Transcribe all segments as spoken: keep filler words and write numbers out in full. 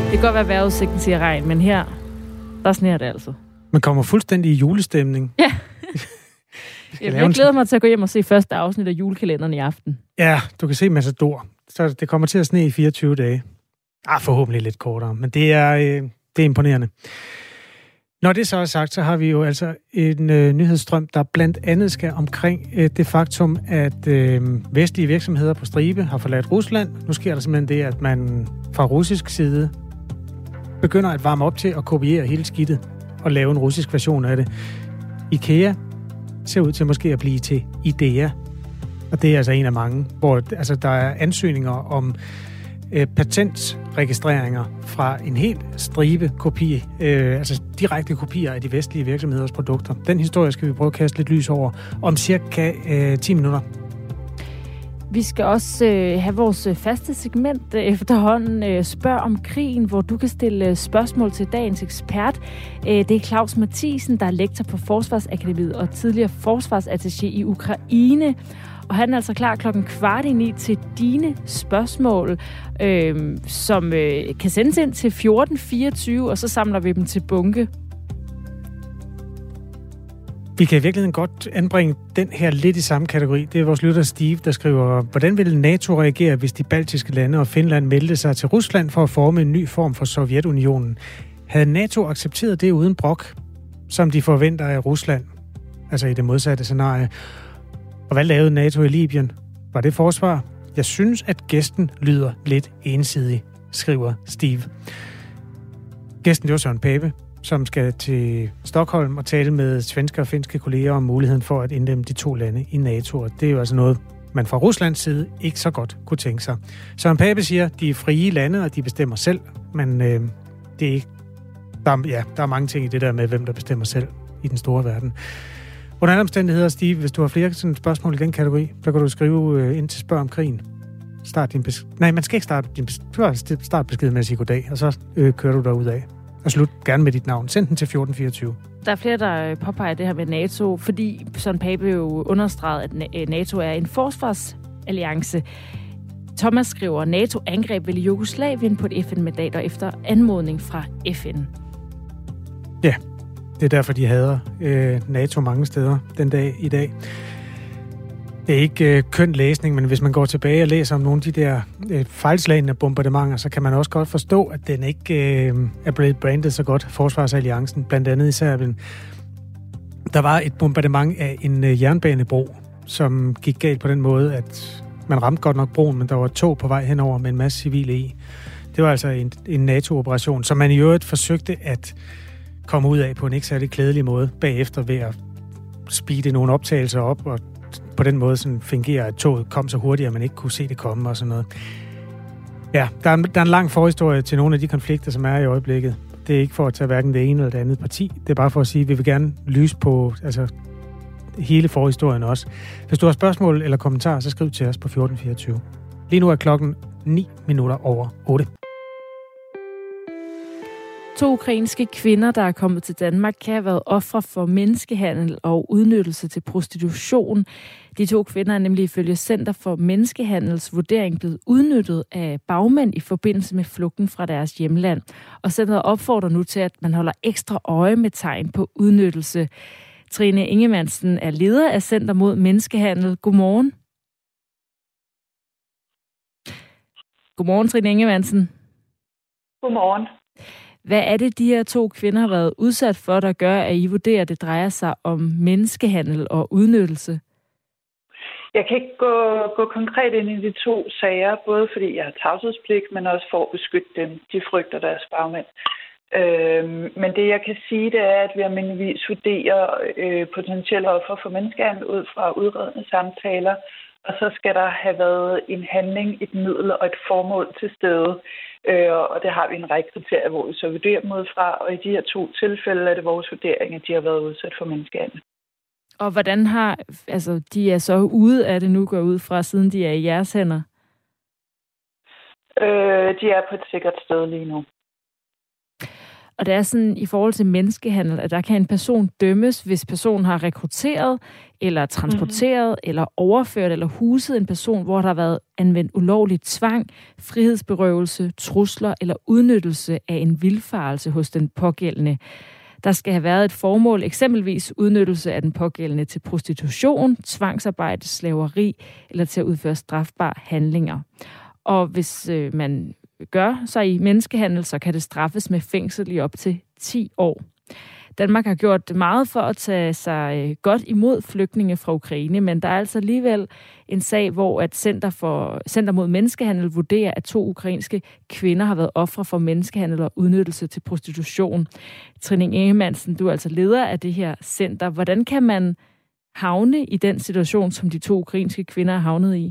Det kan godt være, at vejrudsigten siger regn, men her, der sneer det altså. Man kommer fuldstændig i julestemning. Ja. Jeg, jeg glæder mig til at gå hjem og se første afsnit af julekalenderen i aften. Ja, du kan se Matador. Så det kommer til at sne i fireogtyve dage. Ah, forhåbentlig lidt kortere, men det er, øh, det er imponerende. Når det så er sagt, så har vi jo altså en øh, nyhedsstrøm, der blandt andet skal omkring øh, det faktum, at øh, vestlige virksomheder på stribe har forladt Rusland. Nu sker der simpelthen det, at man fra russisk side begynder at varme op til at kopiere hele skidtet og lave en russisk version af det. IKEA ser ud til måske at blive til IDEA, og det er altså en af mange, hvor altså, der er ansøgninger om øh, patentregistreringer fra en helt stribe kopi, øh, altså direkte kopier af de vestlige virksomheders produkter. Den historie skal vi prøve at kaste lidt lys over om cirka øh, ti minutter. Vi skal også øh, have vores faste segment øh, efterhånden, øh, Spørg om krigen, hvor du kan stille spørgsmål til dagens ekspert. Øh, det er Claus Mathisen, der er lektor på Forsvarsakademiet og tidligere forsvarsattaché i Ukraine. Og han er altså klar klokken kvart i ni til dine spørgsmål, øh, som øh, kan sendes ind til fjorten fireogtyve, og så samler vi dem til bunke. Vi kan i virkeligheden godt anbringe den her lidt i samme kategori. Det er vores lytter Steve, der skriver, hvordan ville NATO reagere, hvis de baltiske lande og Finland meldte sig til Rusland for at forme en ny form for Sovjetunionen? Havde NATO accepteret det uden brok, som de forventer af Rusland? Altså i det modsatte scenarie. Og hvad lavede NATO i Libyen? Var det forsvar? Jeg synes, at gæsten lyder lidt ensidig, skriver Steve. Gæsten, det var Søren Pape, som skal til Stockholm og tale med svenske og finske kolleger om muligheden for at indlemme de to lande i NATO. Og det er jo altså noget, man fra Ruslands side ikke så godt kunne tænke sig. Søren Pape siger, at de er frie lande, og de bestemmer selv, men øh, det er ikke... Der er, ja, der er mange ting i det der med, hvem der bestemmer selv i den store verden. Under andre omstændigheder, Steve, hvis du har flere sådan spørgsmål i den kategori, så kan du skrive øh, ind til Spørg om krigen. Start din besked. Nej, man skal ikke starte din besked. Start beskeden med at sige goddag, og så øh, kører du derud af. Og slut gerne med dit navn. Send den til fjorten fireogtyve. Der er flere, der påpeger det her med NATO, fordi Søren Pape jo understreget, at NATO er en forsvarsalliance. Thomas skriver, NATO angreb vel Jugoslavien på et F N-mandat og efter anmodning fra F N. Ja, det er derfor, de hader øh, NATO mange steder den dag i dag. Det er ikke øh, køn læsning, men hvis man går tilbage og læser om nogle af de der øh, fejlslagende bombardementer, så kan man også godt forstå, at den ikke øh, er blevet brandet så godt, Forsvarsalliancen, blandt andet i Serbien. Der var et bombardement af en øh, jernbanebro, som gik galt på den måde, at man ramte godt nok broen, men der var et tog på vej henover med en masse civile i. Det var altså en, en NATO-operation, som man i øvrigt forsøgte at komme ud af på en ikke særlig klædelig måde bagefter ved at speede nogle optagelser op og på den måde sådan fungerer, at toget kom så hurtigt, at man ikke kunne se det komme og sådan noget. Ja, der er, der er en lang forhistorie til nogle af de konflikter, som er i øjeblikket. Det er ikke for at tage hverken det ene eller det andet parti. Det er bare for at sige, at vi vil gerne lyse på altså, hele forhistorien også. Hvis du har spørgsmål eller kommentarer, så skriv til os på fjorten fireogtyve. Lige nu er klokken ni minutter over otte. To ukrainske kvinder, der er kommet til Danmark, kan have været ofre for menneskehandel og udnyttelse til prostitution. De to kvinder er nemlig ifølge Center for Menneskehandels vurdering blevet udnyttet af bagmænd i forbindelse med flugten fra deres hjemland. Og centret opfordrer nu til, at man holder ekstra øje med tegn på udnyttelse. Trine Ingemannsen er leder af Center mod Menneskehandel. Godmorgen. Godmorgen, Trine Ingemannsen. Godmorgen. Hvad er det, de her to kvinder har været udsat for, der gør, at I vurderer, at det drejer sig om menneskehandel og udnyttelse? Jeg kan ikke gå, gå konkret ind i de to sager, både fordi jeg har tavshedspligt, men også for at beskytte dem. De frygter deres bagmænd. Øhm, men det, jeg kan sige, det er, at vi almindeligvis vurderer øh, potentielle offer for menneskehandel ud fra udredende samtaler, og så skal der have været en handling, et middel og et formål til stede. Øh, og det har vi en række kriterier, hvor vi så vurderer dem ud fra. Og i de her to tilfælde er det vores vurdering, at de har været udsat for menneskehandel. Og hvordan har, altså de er så ude af det nu, går ud fra, siden de er i jeres hænder? Øh, de er på et sikkert sted lige nu. Og det er sådan i forhold til menneskehandel, at der kan en person dømmes, hvis personen har rekrutteret, eller transporteret, mm-hmm. eller overført, eller huset en person, hvor der har været anvendt ulovlig tvang, frihedsberøvelse, trusler eller udnyttelse af en vildfarelse hos den pågældende. Der skal have været et formål, eksempelvis udnyttelse af den pågældende til prostitution, tvangsarbejde, slaveri eller til at udføre strafbare handlinger. Og hvis øh, man gør sig i menneskehandel, så kan det straffes med fængsel i op til ti år. Danmark har gjort meget for at tage sig godt imod flygtninge fra Ukraine, men der er altså alligevel en sag, hvor at Center, for, Center mod Menneskehandel vurderer, at to ukrainske kvinder har været ofre for menneskehandel og udnyttelse til prostitution. Trine Ingemansen, du er altså leder af det her center. Hvordan kan man havne i den situation, som de to ukrainske kvinder er havnet i?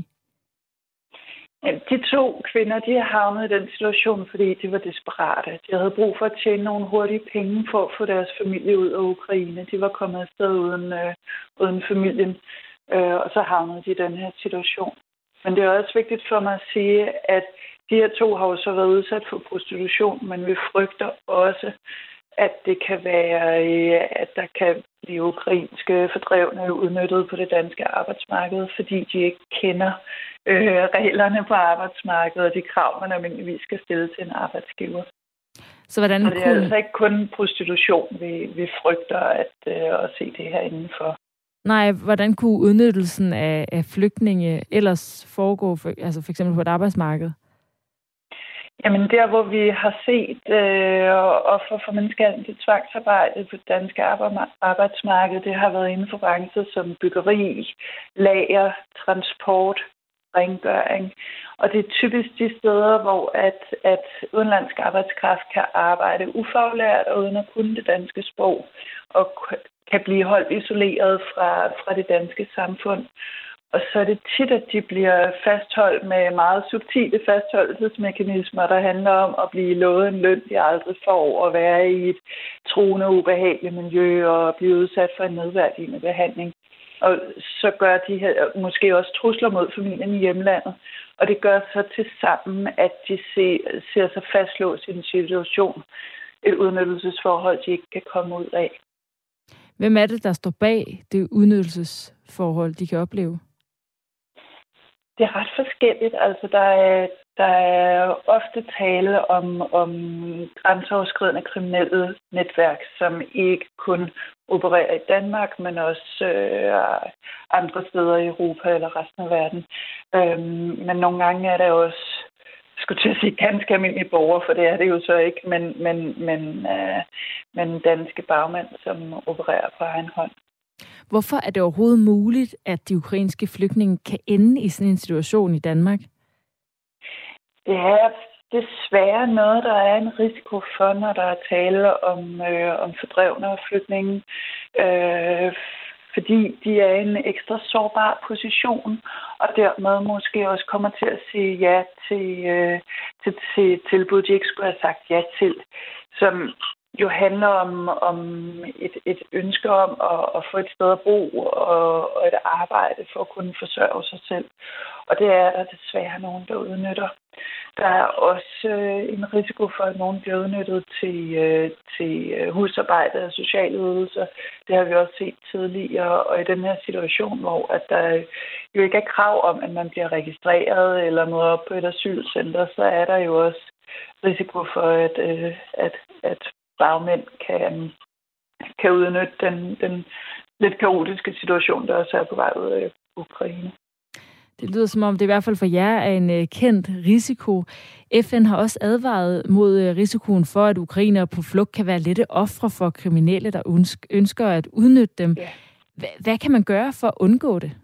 De to kvinder, de har havnet i den situation, fordi de var desperate. De havde brug for at tjene nogle hurtige penge for at få deres familie ud af Ukraine. De var kommet afsted uden, øh, uden familien, øh, og så havnede de i den her situation. Men det er også vigtigt for mig at sige, at de her to har jo så været udsat for prostitution, men vi frygter også, at det kan være, at der kan blive ukrainske fordrevne udnyttet på det danske arbejdsmarked, fordi de ikke kender øh, reglerne på arbejdsmarkedet og de krav, man almindeligvis skal stille til en arbejdsgiver. Så hvordan og det er kunne... altså ikke kun prostitution, vi, vi frygter at, øh, at se det her indenfor. Nej, hvordan kunne udnyttelsen af, af flygtninge ellers foregå, for, altså for eksempel på et arbejdsmarked? Jamen der, hvor vi har set øh, offer for menneskehandel til tvangsarbejde på det danske arbejdsmarked, det har været inden for brancher som byggeri, lager, transport, rengøring. Og det er typisk de steder, hvor at, at udenlandsk arbejdskraft kan arbejde ufaglært og uden at kunne det danske sprog, og kan blive holdt isoleret fra, fra det danske samfund. Og så er det tit, at de bliver fastholdt med meget subtile fastholdelsesmekanismer, der handler om at blive lovet en løn, de aldrig får, og være i et truende, ubehageligt miljø og blive udsat for en nedværdigende behandling. Og så gør de her måske også trusler mod familien i hjemlandet. Og det gør så til sammen, at de ser, ser sig fastlåst i en situation, et udnyttelsesforhold, de ikke kan komme ud af. Hvem er det, der står bag det udnyttelsesforhold, de kan opleve? Det er ret forskelligt. Altså, der er, der er ofte tale om, om grænseoverskridende kriminelle netværk, som ikke kun opererer i Danmark, men også øh, andre steder i Europa eller resten af verden. Øhm, men nogle gange er der også, skulle til at sige, ganske almindelige borgere, for det er det jo så ikke, men, men, men, øh, men danske bagmænd, som opererer på egen hånd. Hvorfor er det overhovedet muligt, at de ukrainske flygtninge kan ende i sådan en situation i Danmark? Det er desværre noget, der er en risiko for, når der er tale om, øh, om fordrevne og flygtninge, øh, fordi de er i en ekstra sårbar position, og dermed måske også kommer til at sige ja til, øh, til, til tilbud, de ikke skulle have sagt ja til, som jo handler om, om et, et ønske om at, at få et sted at bo og, og et arbejde for at kunne forsørge sig selv. Og det er der desværre nogen, der udnytter. Der er også øh, en risiko for, at nogen bliver udnyttet til, øh, til husarbejde og sociale ydelser. Det har vi også set tidligere. Og i den her situation, hvor at der jo ikke er krav om, at man bliver registreret eller møder op på et asylcenter, så er der jo også risiko for, at, øh, at, at bagmænd kan, kan udnytte den, den lidt kaotiske situation, der også er på vej ud af Ukraine. Det lyder som om, det i hvert fald for jer er en uh, kendt risiko. F N har også advaret mod uh, risikoen for, at ukrainere på flugt kan være lette ofre for kriminelle, der ønsker, ønsker at udnytte dem. Ja. H- hvad kan man gøre for at undgå det?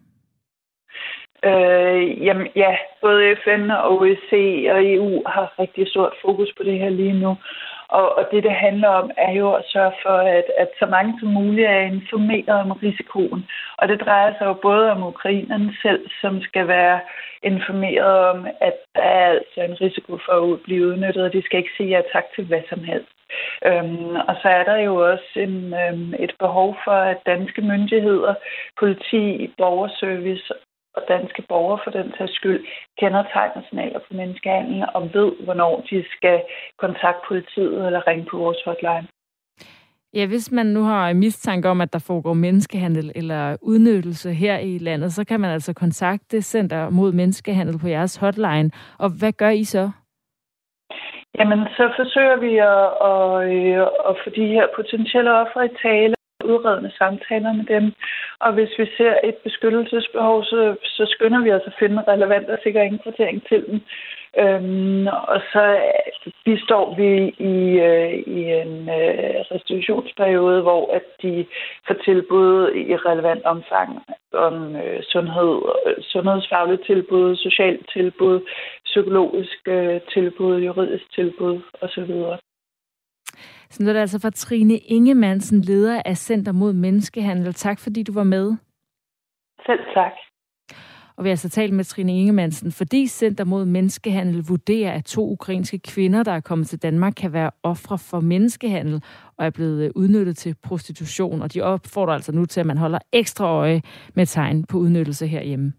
Øh, jamen, ja, både F N og O E C og E U har rigtig stort fokus på det her lige nu. Og, og det, det handler om, er jo at sørge for, at, at så mange som muligt er informeret om risikoen. Og det drejer sig jo både om ukrainerne selv, som skal være informeret om, at der er altså en risiko for at blive udnyttet, og de skal ikke sige ja tak til hvad som helst. Øhm, og så er der jo også en, øhm, et behov for, at danske myndigheder, politi, borgerservice og danske borgere for den sags skyld, kender tegn og signaler på menneskehandel og ved, hvornår de skal kontakte politiet eller ringe på vores hotline. Ja, hvis man nu har mistanke om, at der foregår menneskehandel eller udnyttelse her i landet, så kan man altså kontakte Center mod Menneskehandel på jeres hotline. Og hvad gør I så? Jamen, så forsøger vi at, at, at få de her potentielle ofre i tale, udredende samtaler med dem. Og hvis vi ser et beskyttelsesbehov, så, så skynder vi os at finde relevant og sikker indkvartering til dem. Øhm, og så bistår vi i, øh, i en øh, restitutionsperiode, hvor at de får tilbud i relevant omfang om øh, sundhed, sundhedsfagligt tilbud, socialt tilbud, psykologisk øh, tilbud, juridisk tilbud osv. Så det er altså fra Trine Ingemansen, leder af Center mod Menneskehandel. Tak fordi du var med. Selv tak. Og vi har altså talt med Trine Ingemansen, fordi Center mod Menneskehandel vurderer, at to ukrainske kvinder, der er kommet til Danmark, kan være ofre for menneskehandel og er blevet udnyttet til prostitution. Og de opfordrer altså nu til, at man holder ekstra øje med tegn på udnyttelse herhjemme.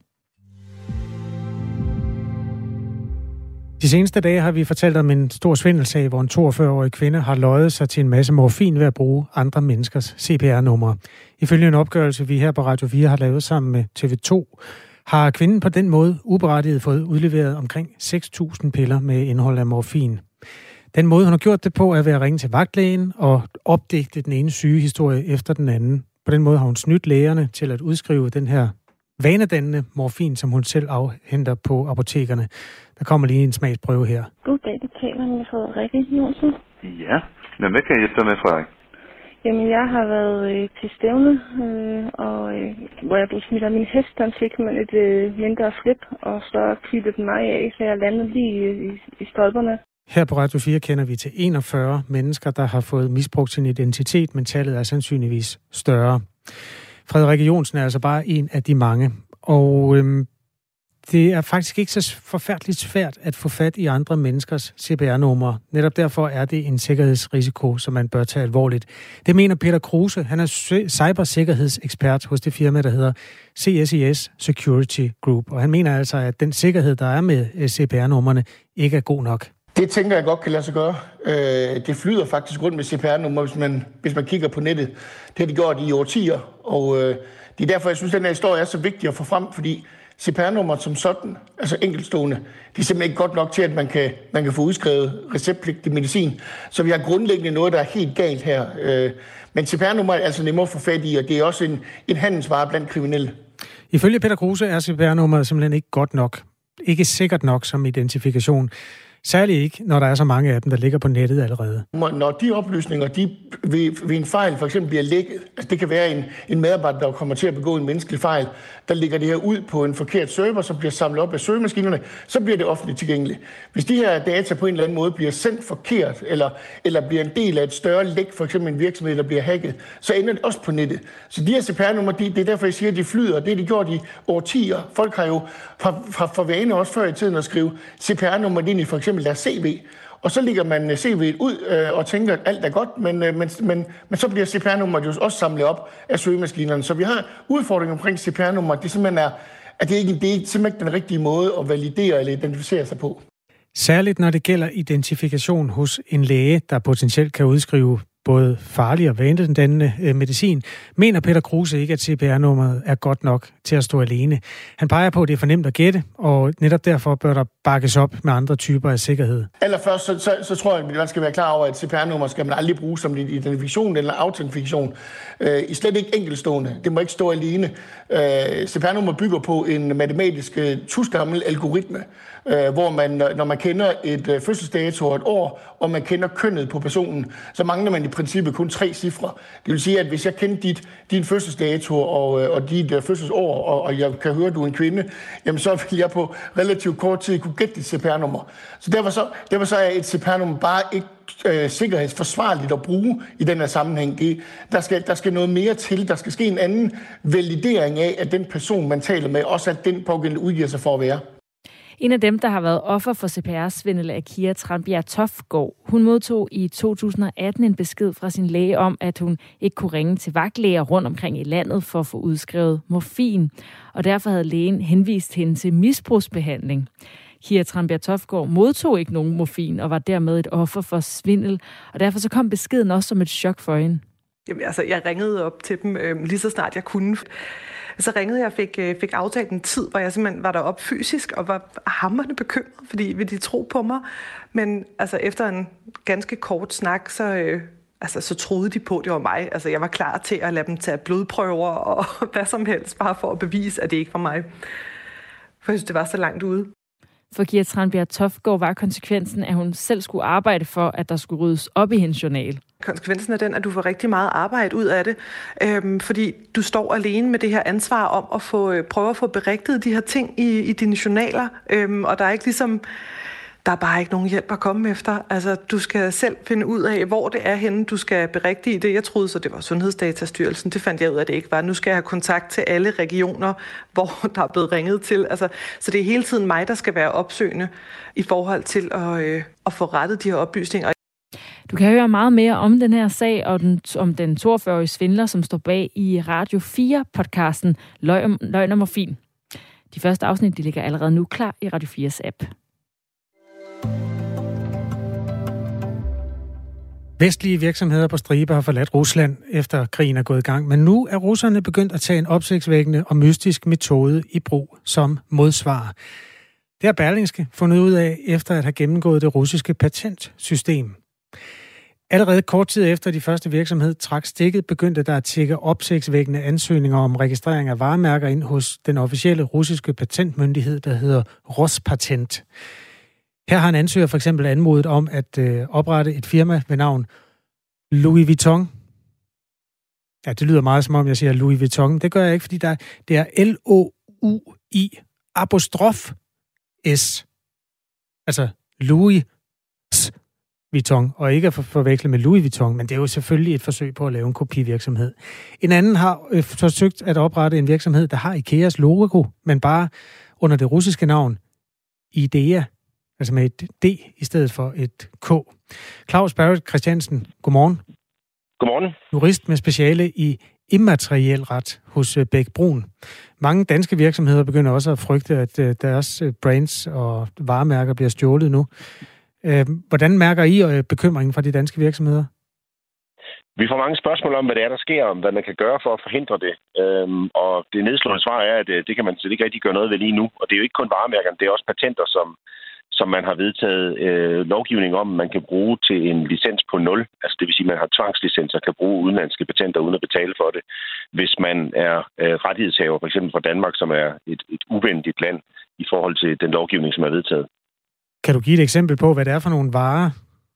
De seneste dage har vi fortalt om en stor svindelsag, hvor en toogfyrre-årig kvinde har løjet sig til en masse morfin ved at bruge andre menneskers C P R-numre. Ifølge en opgørelse, vi her på Radio fire har lavet sammen med T V to, har kvinden på den måde uberettiget fået udleveret omkring seks tusind piller med indhold af morfin. Den måde, hun har gjort det på, er ved at ringe til vagtlægen og opdigte den ene sygehistorie efter den anden. På den måde har hun snydt lægerne til at udskrive den her vanedannende morfin, som hun selv afhenter på apotekerne. Der kommer lige en smagsprøve her. Goddag, det taler med Frederikke Jonsen. Ja, men hvad kan jeg hjælpe dig med, Frederik? Jamen, jeg har været øh, til stævne, øh, og øh, hvor jeg blev smidt af min hest, der fik man et øh, mindre flip, og så klippede den mig af, så jeg landede lige i, i stolperne. Her på Radio fire kender vi til enogfyrre mennesker, der har fået misbrugt sin identitet, men tallet er sandsynligvis større. Frederikke Jonsen er altså bare en af de mange, og øhm, det er faktisk ikke så forfærdeligt svært at få fat i andre menneskers C P R-numre. Netop derfor er det en sikkerhedsrisiko, som man bør tage alvorligt. Det mener Peter Kruse. Han er cybersikkerhedsekspert hos det firma, der hedder C S I S Security Group. Og han mener altså, at den sikkerhed, der er med C P R-numrene, ikke er god nok. Det tænker jeg godt kan lade sig gøre. Det flyder faktisk rundt med C P R-numre, hvis man, hvis man kigger på nettet. Det har de gjort i årtier, og det er derfor, jeg synes, at den her historie er så vigtig at få frem, fordi C P R-nummeret som sådan, altså enkeltstående, det er simpelthen ikke godt nok til, at man kan, man kan få udskrevet receptpligtig medicin. Så vi har grundlæggende noget, der er helt galt her. Men C P R-nummeret er altså nemmere at få fat i, og det er også en, en handelsvare blandt kriminelle. Ifølge Peter Kruse er C P R-nummeret simpelthen ikke godt nok. Ikke sikkert nok som identifikation. Særligt ikke, når der er så mange af dem, der ligger på nettet allerede. Når de oplysninger, de ved, ved en fejl for eksempel bliver lækket, altså det kan være en, en medarbejder, der kommer til at begå en menneskelig fejl, der ligger det her ud på en forkert server, som bliver samlet op af søgemaskinerne, så bliver det offentligt tilgængeligt. Hvis de her data på en eller anden måde bliver sendt forkert, eller, eller bliver en del af et større læk, for eksempel en virksomhed, der bliver hacket, så ender det også på nettet. Så de her C P R-numre, de, det er derfor, jeg siger, at de flyder, det er de gjort i årtier. Folk har jo fra, fra, fra vane også før i tiden at skrive C P R-numre ind i for eksempel deres C V, og så lægger man C V'et ud øh, og tænker, at alt er godt, men, øh, men, men, men så bliver C P R-nummeret jo også samlet op af søgemaskinerne. Så vi har udfordringer omkring C P R-nummeret. Det simpelthen er, at det ikke det er simpelthen den rigtige måde at validere eller identificere sig på. Særligt når det gælder identifikation hos en læge, der potentielt kan udskrive både farlig og vanedannende medicin, mener Peter Kruse ikke, at C P R-nummeret er godt nok til at stå alene. Han peger på, at det er for nemt at gætte, og netop derfor bør der bakkes op med andre typer af sikkerhed. Allerførst så, så, så tror jeg, at man skal være klar over, at C P R-nummer skal man aldrig bruge som identifikation eller autentifikation. Øh, I slet ikke enkeltstående. Det må ikke stå alene. Øh, C P R-nummer bygger på en matematisk uh, tusgammel algoritme, øh, hvor man, når man kender et uh, fødselsdato og et år, og man kender kønnet på personen, så mangler man i princippet kun tre cifre. Det vil sige, at hvis jeg kender dit, din fødselsdato og, og dit uh, fødselsår, og, og jeg kan høre, at du er en kvinde, jamen så vil jeg på relativt kort tid kunne gætte dit C P R-nummer. Så derfor, så derfor så er et C P R-nummer bare ikke øh, sikkerhedsforsvarligt at bruge i den her sammenhæng. Det, der, skal, der skal noget mere til. Der skal ske en anden validering af, at den person, man taler med, også at den pågældende udgiver sig for at være. En af dem, der har været offer for C P R-svindel, er Kia Tranbjerg Tofgaard. Hun modtog i to tusind og atten en besked fra sin læge om, at hun ikke kunne ringe til vagtlæger rundt omkring i landet for at få udskrevet morfin. Og derfor havde lægen henvist hende til misbrugsbehandling. Kia Tranbjerg Tofgaard modtog ikke nogen morfin og var dermed et offer for svindel. Og derfor så kom beskeden også som et chok for hende. Jamen, altså, jeg ringede op til dem øh, lige så snart jeg kunne. Så ringede jeg og fik, øh, fik aftalt en tid, hvor jeg simpelthen var deroppe fysisk og var hamrende bekymret, fordi ville de tro på mig. Men altså, efter en ganske kort snak, så, øh, altså, så troede de på, at det var mig. Altså, jeg var klar til at lade dem tage blodprøver og hvad som helst, bare for at bevise, at det ikke var mig. For jeg synes, det var så langt ude. For Kia Tranbjerg Tofgaard var konsekvensen, at hun selv skulle arbejde for, at der skulle ryddes op i hendes journal. Konsekvensen er den, at du får rigtig meget arbejde ud af det, øhm, fordi du står alene med det her ansvar om at få, øh, prøve at få berigtet de her ting i, i dine journaler, øhm, og der er ikke ligesom, der er bare ikke nogen hjælp at komme efter. Altså, du skal selv finde ud af, hvor det er henne, du skal berigtige det. Jeg troede så, det var Sundhedsdatastyrelsen. Det fandt jeg ud af, at det ikke var. Nu skal jeg have kontakt til alle regioner, hvor der er blevet ringet til. Altså, så det er hele tiden mig, der skal være opsøgende i forhold til at, øh, at få rettet de her oplysninger. Du kan høre meget mere om den her sag og den, om den toogfyrre-årige svindler, som står bag i Radio fire-podcasten Løgn, Løgn og Morfin. De første afsnit de ligger allerede nu klar i Radio fires app. Vestlige virksomheder på stribe har forladt Rusland, efter krigen er gået i gang. Men nu er russerne begyndt at tage en opsigtsvækkende og mystisk metode i brug som modsvar. Det har Berlingske fundet ud af, efter at have gennemgået det russiske patentsystem. Allerede kort tid efter de første virksomheder trak stikket, begyndte der at tikke opsigtsvækkende ansøgninger om registrering af varemærker ind hos den officielle russiske patentmyndighed, der hedder Rospatent. Her har en ansøger for eksempel anmodet om at øh, oprette et firma ved navn Louis Vuitton. Ja, det lyder meget som om jeg siger Louis Vuitton. Det gør jeg ikke, fordi der, det er L O U I apostrof S. Altså Louis Vuitton, og ikke at forveksle med Louis Vuitton, men det er jo selvfølgelig et forsøg på at lave en kopivirksomhed. En anden har øh, forsøgt at oprette en virksomhed, der har Ikeas logo, men bare under det russiske navn Idea. Altså med et D i stedet for et K. Claus Barrett Christiansen, godmorgen. Godmorgen. Jurist med speciale i immateriel ret hos Bech Bruun. Mange danske virksomheder begynder også at frygte, at deres brands og varemærker bliver stjålet nu. Hvordan mærker I bekymringen fra de danske virksomheder? Vi får mange spørgsmål om, hvad det er, der sker, om hvad man kan gøre for at forhindre det. Øhm, og det nedslående svar er, at det kan man slet ikke rigtig gøre noget ved lige nu. Og det er jo ikke kun varemærkerne, det er også patenter, som, som man har vedtaget øh, lovgivning om, man kan bruge til en licens på nul. Altså det vil sige, at man har tvangslicenser, kan bruge udenlandske patenter uden at betale for det. Hvis man er øh, rettighedshaver, for eksempel fra Danmark, som er et, et uvenligt land i forhold til den lovgivning, som er vedtaget. Kan du give et eksempel på, hvad det er for nogle varer?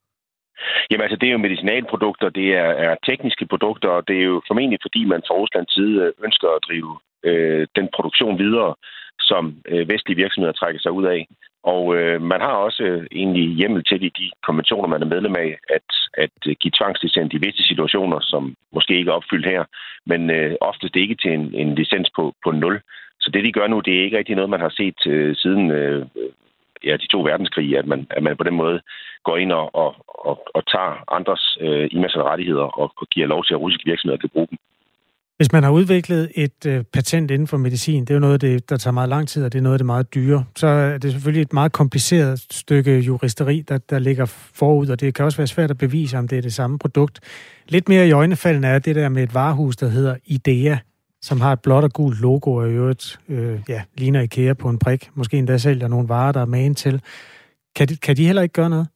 Jamen altså, det er jo medicinalprodukter, det er, er tekniske produkter, og det er jo formentlig, fordi man fra Ruslands side ønsker at drive øh, den produktion videre, som øh, vestlige virksomheder trækker sig ud af. Og øh, man har også øh, egentlig hjemmel til i de konventioner, man er medlem af, at, at give tvangslicens i visse situationer, som måske ikke er opfyldt her, men øh, oftest ikke til en, en licens på, på nul. Så det, de gør nu, det er ikke rigtig noget, man har set øh, siden øh, ja, de to verdenskrige, at man, at man på den måde går ind og, og, og, og tager andres øh, immaterielle rettigheder og, og giver lov til, at russiske virksomheder kan bruge dem. Hvis man har udviklet et øh, patent inden for medicin, det er jo noget, det, der tager meget lang tid, og det er noget af det meget dyre, så er det selvfølgelig et meget kompliceret stykke juristeri, der, der ligger forud, og det kan også være svært at bevise, om det er det samme produkt. Lidt mere i øjnefaldene er det der med et varehus, der hedder Idea, som har et blåt og gult logo, og i øvrigt øh, ja, ligner IKEA på en prik. Måske endda sælger nogle varer, der er magen til. Kan de, kan de heller ikke gøre noget?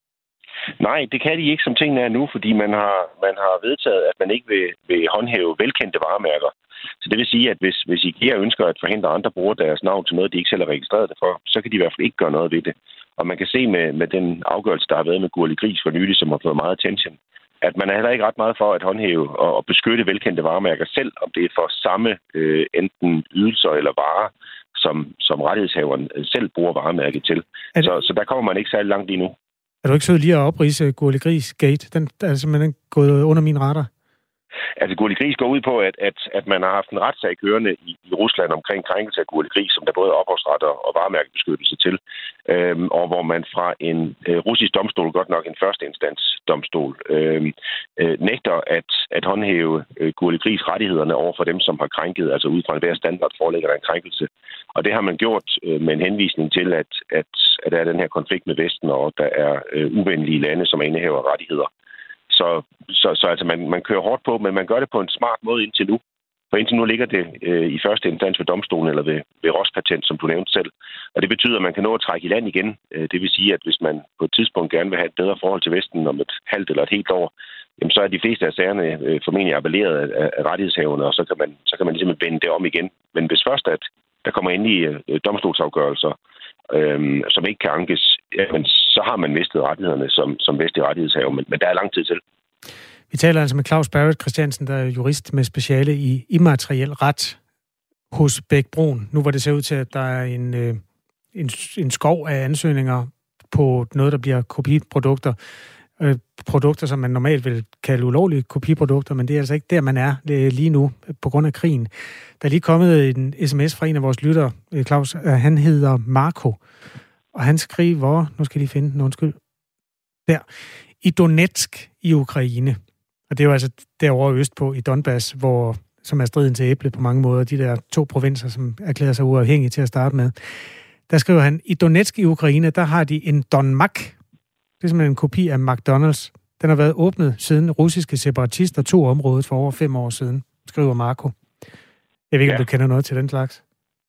Nej, det kan de ikke, som tingene er nu, fordi man har, man har vedtaget, at man ikke vil, vil håndhæve velkendte varemærker. Så det vil sige, at hvis, hvis IKEA ønsker at forhindre andre bruger deres navn til noget, de ikke selv har registreret det for, så kan de i hvert fald ikke gøre noget ved det. Og man kan se med, med den afgørelse, der har været med Gurli Gris for nylig, som har fået meget attention, at man er heller ikke ret meget for at håndhæve og beskytte velkendte varemærker selv, om det er for samme øh, enten ydelser eller varer, som, som rettighedshaveren selv bruger varemærket til. Det... Så, så der kommer man ikke særlig langt lige nu. Er du ikke sød lige at oprise Gurli Gris Gate? Den er simpelthen gået under min radar. Altså, Gurli Gris går ud på, at, at, at man har haft en retssag kørende i, i Rusland omkring krænkelse af Gurli Gris, som der både er ophavsret og varemærkebeskyttelse til, øhm, og hvor man fra en øh, russisk domstol, godt nok en første instans domstol, øhm, øh, nægter at, at håndhæve øh, Gurli Gris rettighederne over for dem, som har krænket, altså ud fra enhver standard foreligger der en krænkelse. Og det har man gjort øh, med en henvisning til, at, at, at der er den her konflikt med Vesten, og der er øh, uvenlige lande, som indehaver rettigheder. Så, så, så altså man, man kører hårdt på, men man gør det på en smart måde indtil nu. For indtil nu ligger det øh, i første instans ved domstolen eller ved, ved Rospatent, som du nævnte selv. Og det betyder, at man kan nå at trække i land igen. Øh, det vil sige, at hvis man på et tidspunkt gerne vil have et bedre forhold til Vesten om et halvt eller et helt år, jamen, så er de fleste af sagerne øh, formentlig appelleret af, af rettighedshaverne, og så kan, man, så kan man ligesom vende det om igen. Men hvis først, at der kommer endelig øh, domstolsafgørelser, øh, som ikke kan ankes, jamen, så har man mistet rettighederne som, som vestlig rettighedshaver, men, men der er lang tid til. Vi taler altså med Claus Barrett Christiansen, der er jurist med speciale i immateriel ret hos Bech-Bruun. Nu hvor det ser ud til, at der er en, øh, en, en skov af ansøgninger på noget, der bliver kopiprodukter. Øh, produkter, som man normalt vil kalde ulovlige kopiprodukter, men det er altså ikke der, man er lige nu på grund af krigen. Der er lige kommet en sms fra en af vores lyttere, Claus. Han hedder Marco, og han skriver, nu skal jeg lige finde den, undskyld, der, i Donetsk i Ukraine. Og det er jo altså derovre østpå i Donbass, hvor, som er striden til æble på mange måder, de der to provinser, som erklærer sig uafhængige til at starte med. Der skriver han, i Donetsk i Ukraine, der har de en Don Mac. Det er simpelthen en kopi af McDonald's. Den har været åbnet siden russiske separatister tog området for over fem år siden, skriver Marco. Jeg ved ikke, ja. om du kender noget til den slags.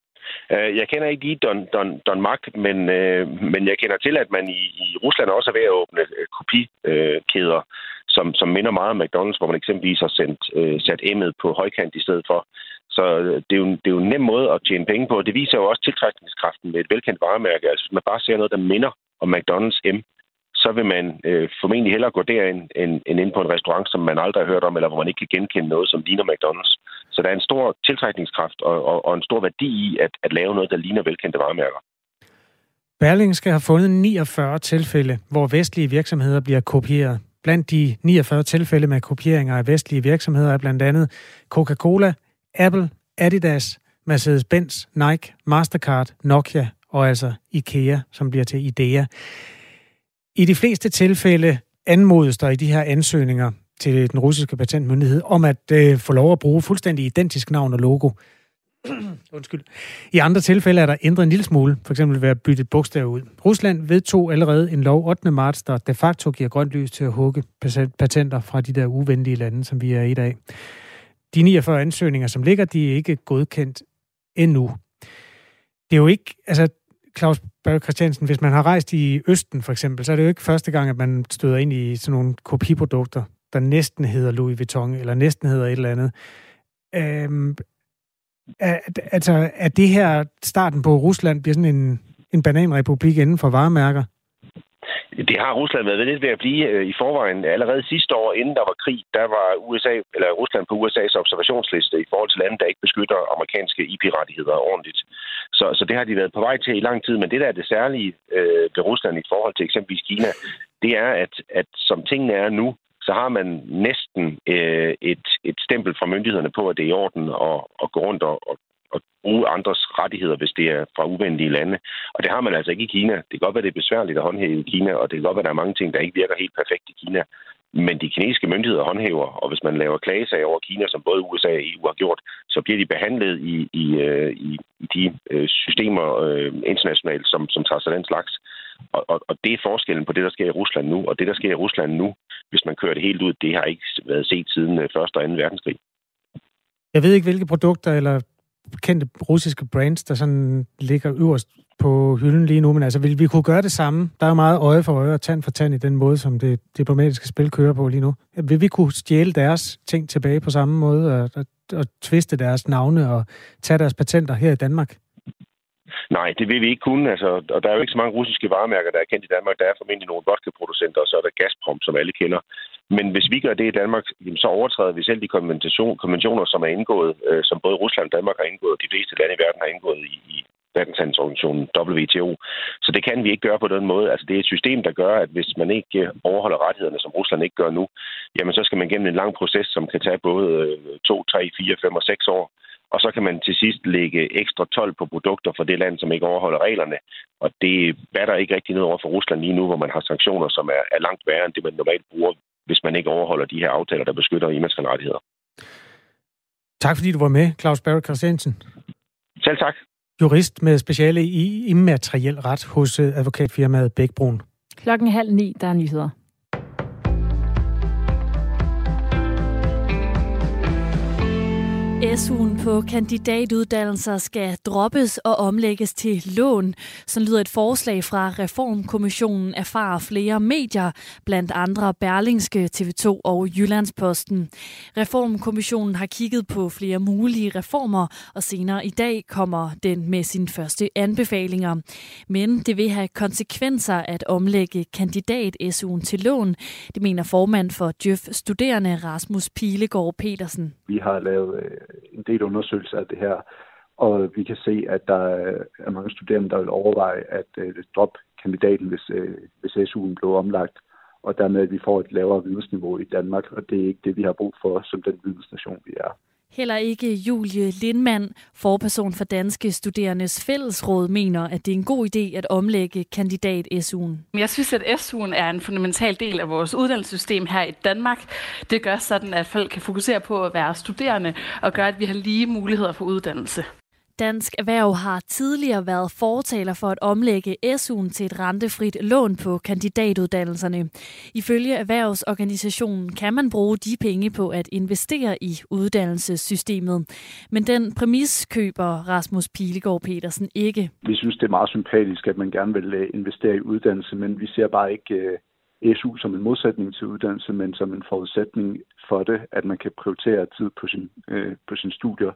Jeg kender ikke lige Don, Don, Don Mac, men, øh, men jeg kender til, at man i, i Rusland også er ved at åbne øh, kopikæder, øh, som, som minder meget om McDonald's, hvor man eksempelvis har sendt, øh, sat M'et på højkant i stedet for. Så det er, jo, det er jo en nem måde at tjene penge på. Det viser jo også tiltrækningskraften med et velkendt varemærke. Altså, hvis man bare ser noget, der minder om McDonald's M, så vil man øh, formentlig hellere gå derind end, end ind på en restaurant, som man aldrig har hørt om, eller hvor man ikke kan genkende noget, som ligner McDonald's. Så der er en stor tiltrækningskraft og, og, og en stor værdi i at, at lave noget, der ligner velkendte varemærker. Berlingske har fundet niogfyrre tilfælde, hvor vestlige virksomheder bliver kopieret. Blandt de niogfyrre tilfælde med kopieringer af vestlige virksomheder er blandt andet Coca-Cola, Apple, Adidas, Mercedes-Benz, Nike, Mastercard, Nokia og altså IKEA, som bliver til IDEA. I de fleste tilfælde anmodes der i de her ansøgninger til den russiske patentmyndighed om at øh, få lov at bruge fuldstændig identisk navn og logo. Undskyld. I andre tilfælde er der ændret en lille smule, for eksempel ved at bytte et bogstav ud. Rusland vedtog allerede en lov ottende marts, der de facto giver grønt lys til at hugge patenter fra de der uvenlige lande, som vi er i dag. De niogfyrre ansøgninger, som ligger, de er ikke godkendt endnu. Det er jo ikke, altså Claus Barrett Christiansen, hvis man har rejst i Østen for eksempel, så er det jo ikke første gang, at man støder ind i sådan nogle kopiprodukter, der næsten hedder Louis Vuitton, eller næsten hedder et eller andet. Øhm, er, altså, er det her starten på Rusland bliver sådan en, en bananrepublik inden for varemærker? Det har Rusland været lidt ved at blive øh, i forvejen. Allerede sidste år, inden der var krig, der var U S A eller Rusland på U S A's observationsliste i forhold til lande, der ikke beskytter amerikanske I P-rettigheder ordentligt. Så, så det har de været på vej til i lang tid. Men det, der er det særlige øh, ved Rusland i forhold til eksempelvis Kina, det er, at, at som tingene er nu, så har man næsten øh, et, et stempel fra myndighederne på, at det er i orden at, at gå rundt og, og at bruge andres rettigheder, hvis det er fra uvenlige lande. Og det har man altså ikke i Kina. Det kan godt være, det er besværligt at håndhæve i Kina, og det kan godt være, der er mange ting, der ikke virker helt perfekt i Kina. Men de kinesiske myndigheder håndhæver, og hvis man laver klagesag over Kina, som både U S A og E U har gjort, så bliver de behandlet i, i, i, i de systemer øh, internationalt, som, som tager sig den slags. Og, og, og det er forskellen på det, der sker i Rusland nu, og det, der sker i Rusland nu, hvis man kører det helt ud, det har ikke været set siden første og anden verdenskrig. Jeg ved ikke, hvilke produkter eller kendte russiske brands, der sådan ligger øverst på hylden lige nu, men altså, vil vi kunne gøre det samme? Der er jo meget øje for øje og tand for tand i den måde, som det diplomatiske spil kører på lige nu. Vil vi kunne stjæle deres ting tilbage på samme måde og, og, og tviste deres navne og tage deres patenter her i Danmark? Nej, det vil vi ikke kunne. Altså, og der er jo ikke så mange russiske varemærker, der er kendt i Danmark. Der er formentlig nogle vodka-producenter, og så er der Gazprom, som alle kender. Men hvis vi gør det i Danmark, så overtræder vi selv de konventioner, som er indgået, øh, som både Rusland og Danmark har indgået, og de fleste lande i verden har indgået i, i, Verdenshandelsorganisationen W T O. Så det kan vi ikke gøre på den måde. Altså, det er et system, der gør, at hvis man ikke overholder rettighederne, som Rusland ikke gør nu, jamen så skal man gennem en lang proces, som kan tage både to, tre, fire, fem og seks år. Og så kan man til sidst lægge ekstra told på produkter for det land, som ikke overholder reglerne. Og det batter ikke rigtig noget over for Rusland lige nu, hvor man har sanktioner, som er, er langt værre end det, man normalt bruger, hvis man ikke overholder de her aftaler, der beskytter menneskerettigheder. Tak fordi du var med, Claus Berg Christiansen. Selv tak. Jurist med speciale i immateriel ret hos advokatfirmaet Bækbrun. Klokken halv ni, der er nyheder. S U'en på kandidatuddannelser skal droppes og omlægges til lån. Så lyder et forslag fra Reformkommissionen, erfarer flere medier, blandt andre Berlingske, T V to og Jyllandsposten. Reformkommissionen har kigget på flere mulige reformer, og senere i dag kommer den med sine første anbefalinger. Men det vil have konsekvenser at omlægge kandidat-S U'en til lån. Det mener formand for J Ø F-studerende Rasmus Pilegaard Petersen. Vi har lavet en del undersøgelser af det her, og vi kan se, at der er mange studerende, der vil overveje at droppe kandidaten, hvis, hvis S U'en blev omlagt, og dermed at vi får et lavere vidensniveau i Danmark, og det er ikke det, vi har brug for som den vidensnation, vi er. Heller ikke Julie Lindmann, forperson for Danske Studerendes Fællesråd, mener, at det er en god idé at omlægge kandidat-S U'en. Jeg synes, at S U'en er en fundamental del af vores uddannelsessystem her i Danmark. Det gør sådan, at folk kan fokusere på at være studerende og gøre, at vi har lige muligheder for uddannelse. Dansk Erhverv har tidligere været fortaler for at omlægge S U'en til et rentefrit lån på kandidatuddannelserne. Ifølge Erhvervsorganisationen kan man bruge de penge på at investere i uddannelsessystemet. Men den præmis køber Rasmus Pilegaard Petersen ikke. Vi synes, det er meget sympatisk, at man gerne vil investere i uddannelse, men vi ser bare ikke S U som en modsætning til uddannelse, men som en forudsætning for det, at man kan prioritere tid på sin, øh, på sin studier.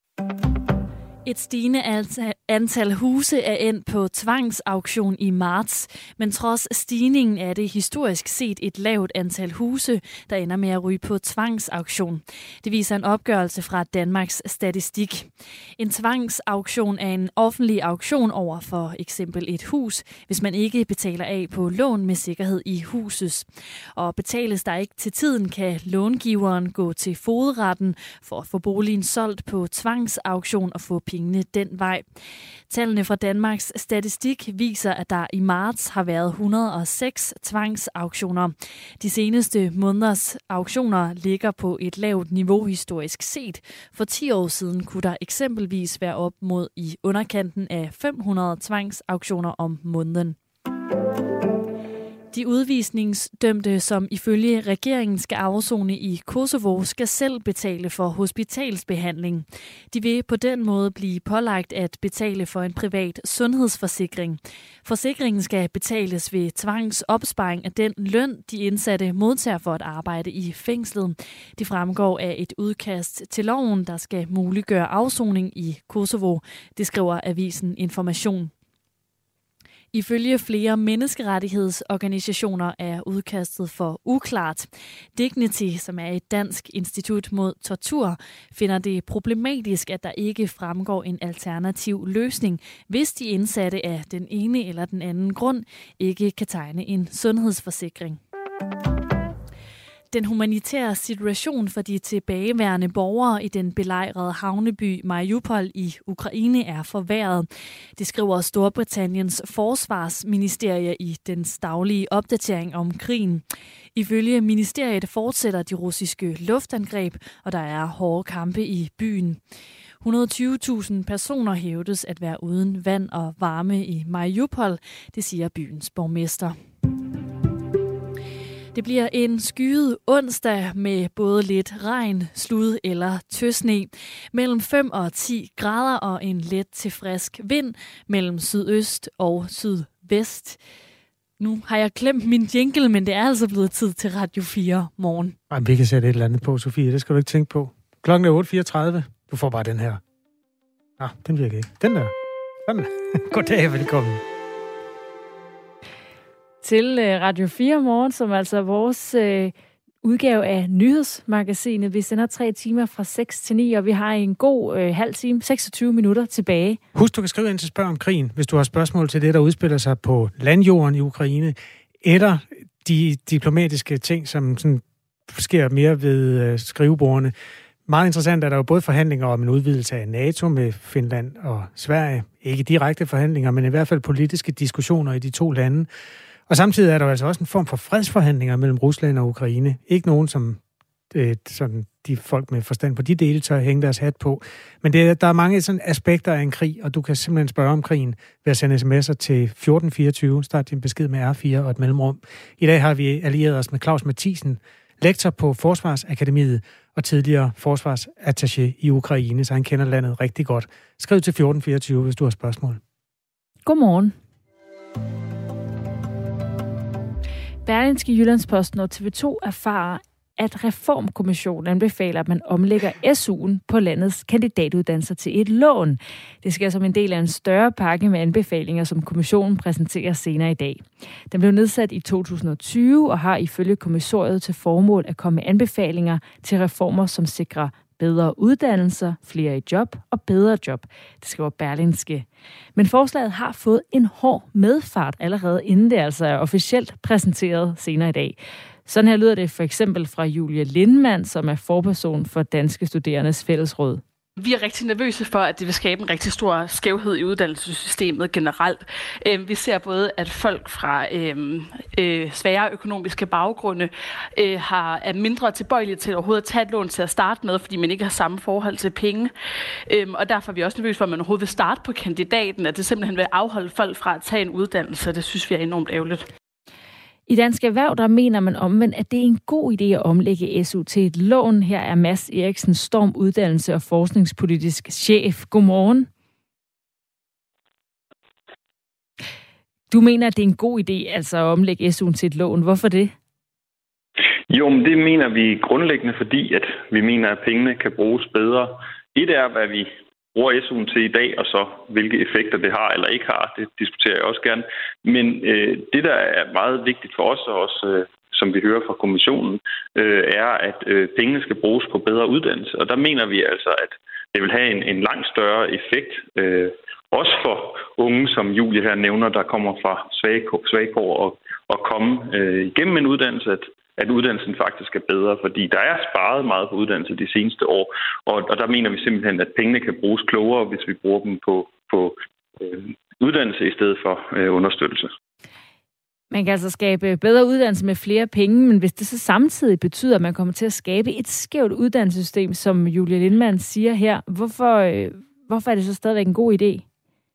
Et stigende antal huse er endt på tvangsauktion i marts, men trods stigningen er det historisk set et lavt antal huse, der ender med at ryge på tvangsauktion. Det viser en opgørelse fra Danmarks Statistik. En tvangsauktion er en offentlig auktion over for eksempel et hus, hvis man ikke betaler af på lån med sikkerhed i huset. Og betales der ikke til tiden, kan långiveren gå til fogedretten for at få boligen solgt på tvangsauktion og få pengene den vej. Tallene fra Danmarks Statistik viser, at der i marts har været et hundrede og seks tvangsauktioner. De seneste måneders auktioner ligger på et lavt niveau historisk set. For ti år siden kunne der eksempelvis være op mod i underkanten af fem hundrede tvangsauktioner om måneden. De udvisningsdømte, som ifølge regeringen skal afsone i Kosovo, skal selv betale for hospitalsbehandling. De vil på den måde blive pålagt at betale for en privat sundhedsforsikring. Forsikringen skal betales ved tvangsopsparing af den løn, de indsatte modtager for at arbejde i fængslet. Det fremgår af et udkast til loven, der skal muliggøre afsoning i Kosovo. Det skriver avisen Information. Ifølge flere menneskerettighedsorganisationer er udkastet for uklart. Dignity, som er et dansk institut mod tortur, finder det problematisk, at der ikke fremgår en alternativ løsning, hvis de indsatte af den ene eller den anden grund ikke kan tegne en sundhedsforsikring. Den humanitære situation for de tilbageværende borgere i den belejrede havneby Mariupol i Ukraine er forværret. Det skriver Storbritanniens forsvarsministerie i den daglige opdatering om krigen. Ifølge ministeriet fortsætter de russiske luftangreb, og der er hårde kampe i byen. et hundrede og tyve tusind personer hævdes at være uden vand og varme i Mariupol, det siger byens borgmester. Det bliver en skyet onsdag med både lidt regn, slud eller tøsne. Mellem fem og ti grader og en let til frisk vind mellem sydøst og sydvest. Nu har jeg glemt min jingle, men det er altså blevet tid til Radio fire morgen. Ej, vi kan sætte et eller andet på, Sofie. Det skal du ikke tænke på. Klokken er otte fireogtredive. Du får bare den her. Ah, den virker ikke. Den der. Sådan. Goddag, velkommen. Til Radio fire morgen, som altså er vores øh, udgave af Nyhedsmagasinet. Vi sender tre timer fra seks til ni, og vi har en god øh, halv time, seksogtyve minutter tilbage. Husk, du kan skrive ind til Spørg om krigen, hvis du har spørgsmål til det, der udspiller sig på landjorden i Ukraine, eller de diplomatiske ting, som sådan sker mere ved øh, skrivebordene. Meget interessant er der jo både forhandlinger om en udvidelse af NATO med Finland og Sverige. Ikke direkte forhandlinger, men i hvert fald politiske diskussioner i de to lande. Og samtidig er der altså også en form for fredsforhandlinger mellem Rusland og Ukraine. Ikke nogen, som øh, sådan, de folk med forstand på de dele tør hænge deres hat på. Men det, der er mange sådan aspekter af en krig, og du kan simpelthen spørge om krigen ved at sende sms'er til fjorten fireogtyve. Start din besked med R fire og et mellemrum. I dag har vi allieret os med Claus Mathisen, lektor på Forsvarsakademiet og tidligere forsvarsattaché i Ukraine, så han kender landet rigtig godt. Skriv til fjorten fireogtyve, hvis du har spørgsmål. Godmorgen. Berlingske Jyllandsposten og T V to erfarer, at Reformkommissionen anbefaler, at man omlægger S U'en på landets kandidatuddannelser til et lån. Det sker som en del af en større pakke med anbefalinger, som kommissionen præsenterer senere i dag. Den blev nedsat i to tusind og tyve og har ifølge kommissoriet til formål at komme med anbefalinger til reformer, som sikrer bedre uddannelser, flere i job og bedre job. Det skriver Berlingske. Men forslaget har fået en hård medfart allerede, inden det altså er officielt præsenteret senere i dag. Sådan her lyder det for eksempel fra Julie Lindmann, som er forperson for Danske Studerendes Fællesråd. Vi er rigtig nervøse for, at det vil skabe en rigtig stor skævhed i uddannelsessystemet generelt. Vi ser både, at folk fra øh, øh, svære økonomiske baggrunde øh, har, er mindre tilbøjelige til overhovedet at tage et lån til at starte med, fordi man ikke har samme forhold til penge. Øh, og derfor er vi også nervøse for, at man overhovedet vil starte på kandidaten, at det simpelthen vil afholde folk fra at tage en uddannelse. Det synes vi er enormt ærgerligt. I Dansk Erhverv, der mener man omvendt, at det er en god idé at omlægge S U til et lån. Her er Mads Eriksen, Storm Uddannelse og Forskningspolitisk chef. Godmorgen. Du mener, at det er en god idé altså at omlægge S U'en til et lån. Hvorfor det? Jo, men det mener vi grundlæggende, fordi at vi mener, at pengene kan bruges bedre. Et er, hvad vi bruger S U'en til i dag, og så hvilke effekter det har eller ikke har. Det diskuterer jeg også gerne. Men øh, det, der er meget vigtigt for os, og også øh, som vi hører fra kommissionen, øh, er, at øh, pengene skal bruges på bedre uddannelse. Og der mener vi altså, at det vil have en, en langt større effekt, øh, også for unge, som Julie her nævner, der kommer fra svagkår og, og komme øh, igennem en uddannelse, at at uddannelsen faktisk er bedre, fordi der er sparet meget på uddannelse de seneste år, og, og der mener vi simpelthen, at pengene kan bruges klogere, hvis vi bruger dem på, på øh, uddannelse i stedet for øh, understøttelse. Man kan altså skabe bedre uddannelse med flere penge, men hvis det så samtidig betyder, at man kommer til at skabe et skævt uddannelsessystem, som Julie Lindmann siger her, hvorfor, øh, hvorfor er det så stadigvæk en god idé?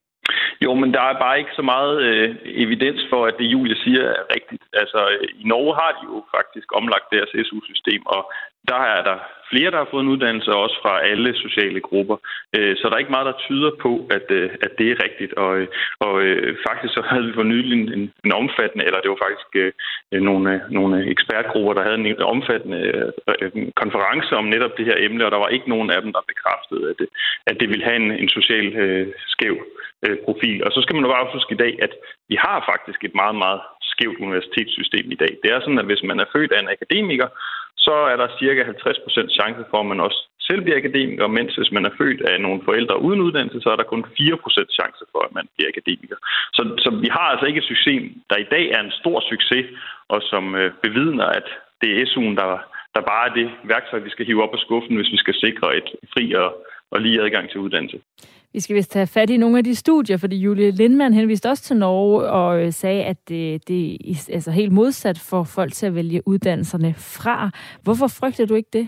Jo, men der er bare ikke så meget øh, evidens for, at det Julie siger er rigtigt. Altså, i Norge har de jo faktisk omlagt deres S U-system, og der er der flere, der har fået en uddannelse, også fra alle sociale grupper. Øh, så der er ikke meget, der tyder på, at, øh, at det er rigtigt. Og, og øh, faktisk så havde vi for nylig en, en omfattende, eller det var faktisk øh, nogle, nogle ekspertgrupper, der havde en omfattende øh, konference om netop det her emne, og der var ikke nogen af dem, der bekræftede, at det, at det ville have en, en social øh, skæv øh, profil. Og så skal man jo bare huske i dag, at vi har faktisk et meget, meget skævt universitetssystem i dag. Det er sådan, at hvis man er født af en akademiker, så er der cirka halvtreds procent chance for, at man også selv bliver akademiker, mens hvis man er født af nogle forældre uden uddannelse, så er der kun fire procent chance for, at man bliver akademiker. Så, så vi har altså ikke et system, der i dag er en stor succes, og som øh, bevidner, at det er S U'en, der, der bare er det værktøj, vi skal hive op af skuffen, hvis vi skal sikre et fri og, og lige adgang til uddannelse. Vi skal vist tage fat i nogle af de studier, fordi Julie Lindmann henviste også til Norge og sagde, at det, det er altså helt modsat for folk til at vælge uddannelserne fra. Hvorfor frygter du ikke det?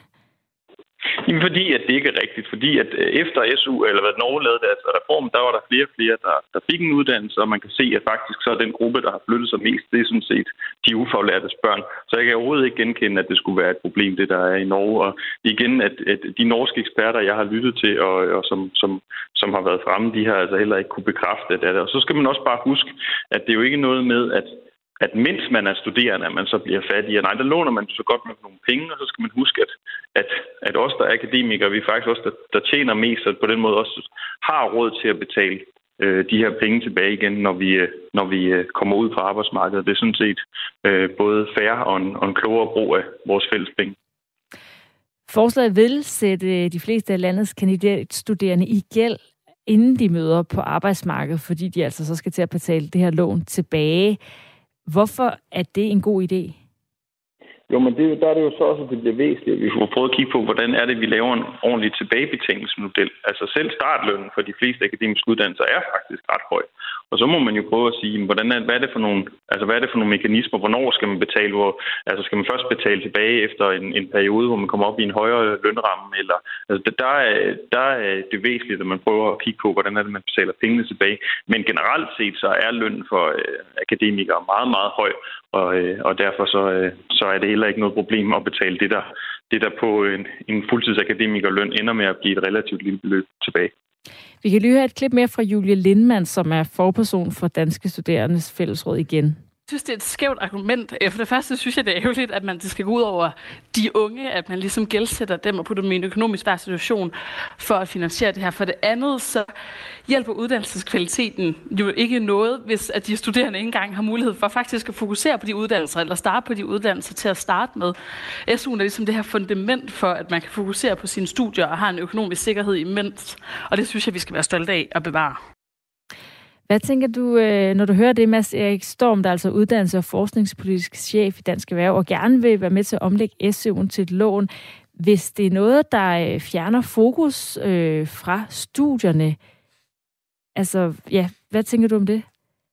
Jamen, fordi at det ikke er rigtigt. Fordi at efter S U, eller hvad Norge lavede deres reform, der var der flere og flere, der, der fik en uddannelse, og man kan se, at faktisk så er den gruppe, der har flyttet sig mest, det er sådan set de ufaglærtes børn. Så jeg kan overhovedet ikke genkende, at det skulle være et problem, det der er i Norge. Og igen, at, at de norske eksperter, jeg har lyttet til, og, og som, som, som har været fremme, de har altså heller ikke kunne bekræfte det. Og så skal man også bare huske, at det er jo ikke noget med, at at mens man er studerende, at man så bliver fattig. Og nej, der låner man så godt med nogle penge, og så skal man huske, at, at, at os, der er akademikere, vi er faktisk også, der, der tjener mest, og på den måde også har råd til at betale øh, de her penge tilbage igen, når vi, øh, når vi øh, kommer ud på arbejdsmarkedet. Det er sådan set øh, både fair og en, og en klogere brug af vores fælles penge. Forslaget vil sætte de fleste af landets kandidatstuderende i gæld, inden de møder på arbejdsmarkedet, fordi de altså så skal til at betale det her lån tilbage. Hvorfor er det en god idé? Jo, men det, der er det jo så også, at det bliver væsentligt, at vi får prøvet at kigge på, hvordan er det, vi laver en ordentlig tilbagebetalingsmodel. Altså selv startlønnen for de fleste akademiske uddannelser er faktisk ret høj. Og så må man jo prøve at sige, hvordan er, hvad er det for nogle, altså hvad er det for nogle mekanismer, hvornår skal man betale, hvor, altså skal man først betale tilbage efter en, en periode, hvor man kommer op i en højere lønramme, eller altså der er, der er det væsentligt, at man prøver at kigge på, hvordan er det, man betaler pengene tilbage. Men generelt set, så er lønnen for øh, akademikere meget, meget høj, og, øh, og derfor så, øh, så er det heller ikke noget problem at betale det, der, det der på en, en fuldtidsakademikerløn ender med at blive et relativt lille beløb tilbage. Vi kan lige høre et klip mere fra Julie Lindmann, som er forperson for Danske Studerendes Fællesråd igen. Jeg synes, det er et skævt argument. For det første synes jeg, det er ærgerligt, at man det skal gå ud over de unge, at man ligesom gældsætter dem og putter dem i en økonomisk svær situation for at finansiere det her. For det andet, så hjælper uddannelseskvaliteten jo ikke noget, hvis at de studerende ikke engang har mulighed for faktisk at fokusere på de uddannelser, eller starte på de uddannelser til at starte med. S U'en er ligesom det her fundament for, at man kan fokusere på sine studier og har en økonomisk sikkerhed imens. Og det synes jeg, vi skal være stolte af at bevare. Hvad tænker du, når du hører det, Mads Erik Storm, der er altså uddannelse- og forskningspolitisk chef i Dansk Erhverv, og gerne vil være med til at omlægge S U'en til et lån, hvis det er noget, der fjerner fokus øh, fra studierne? Altså, ja, hvad tænker du om det?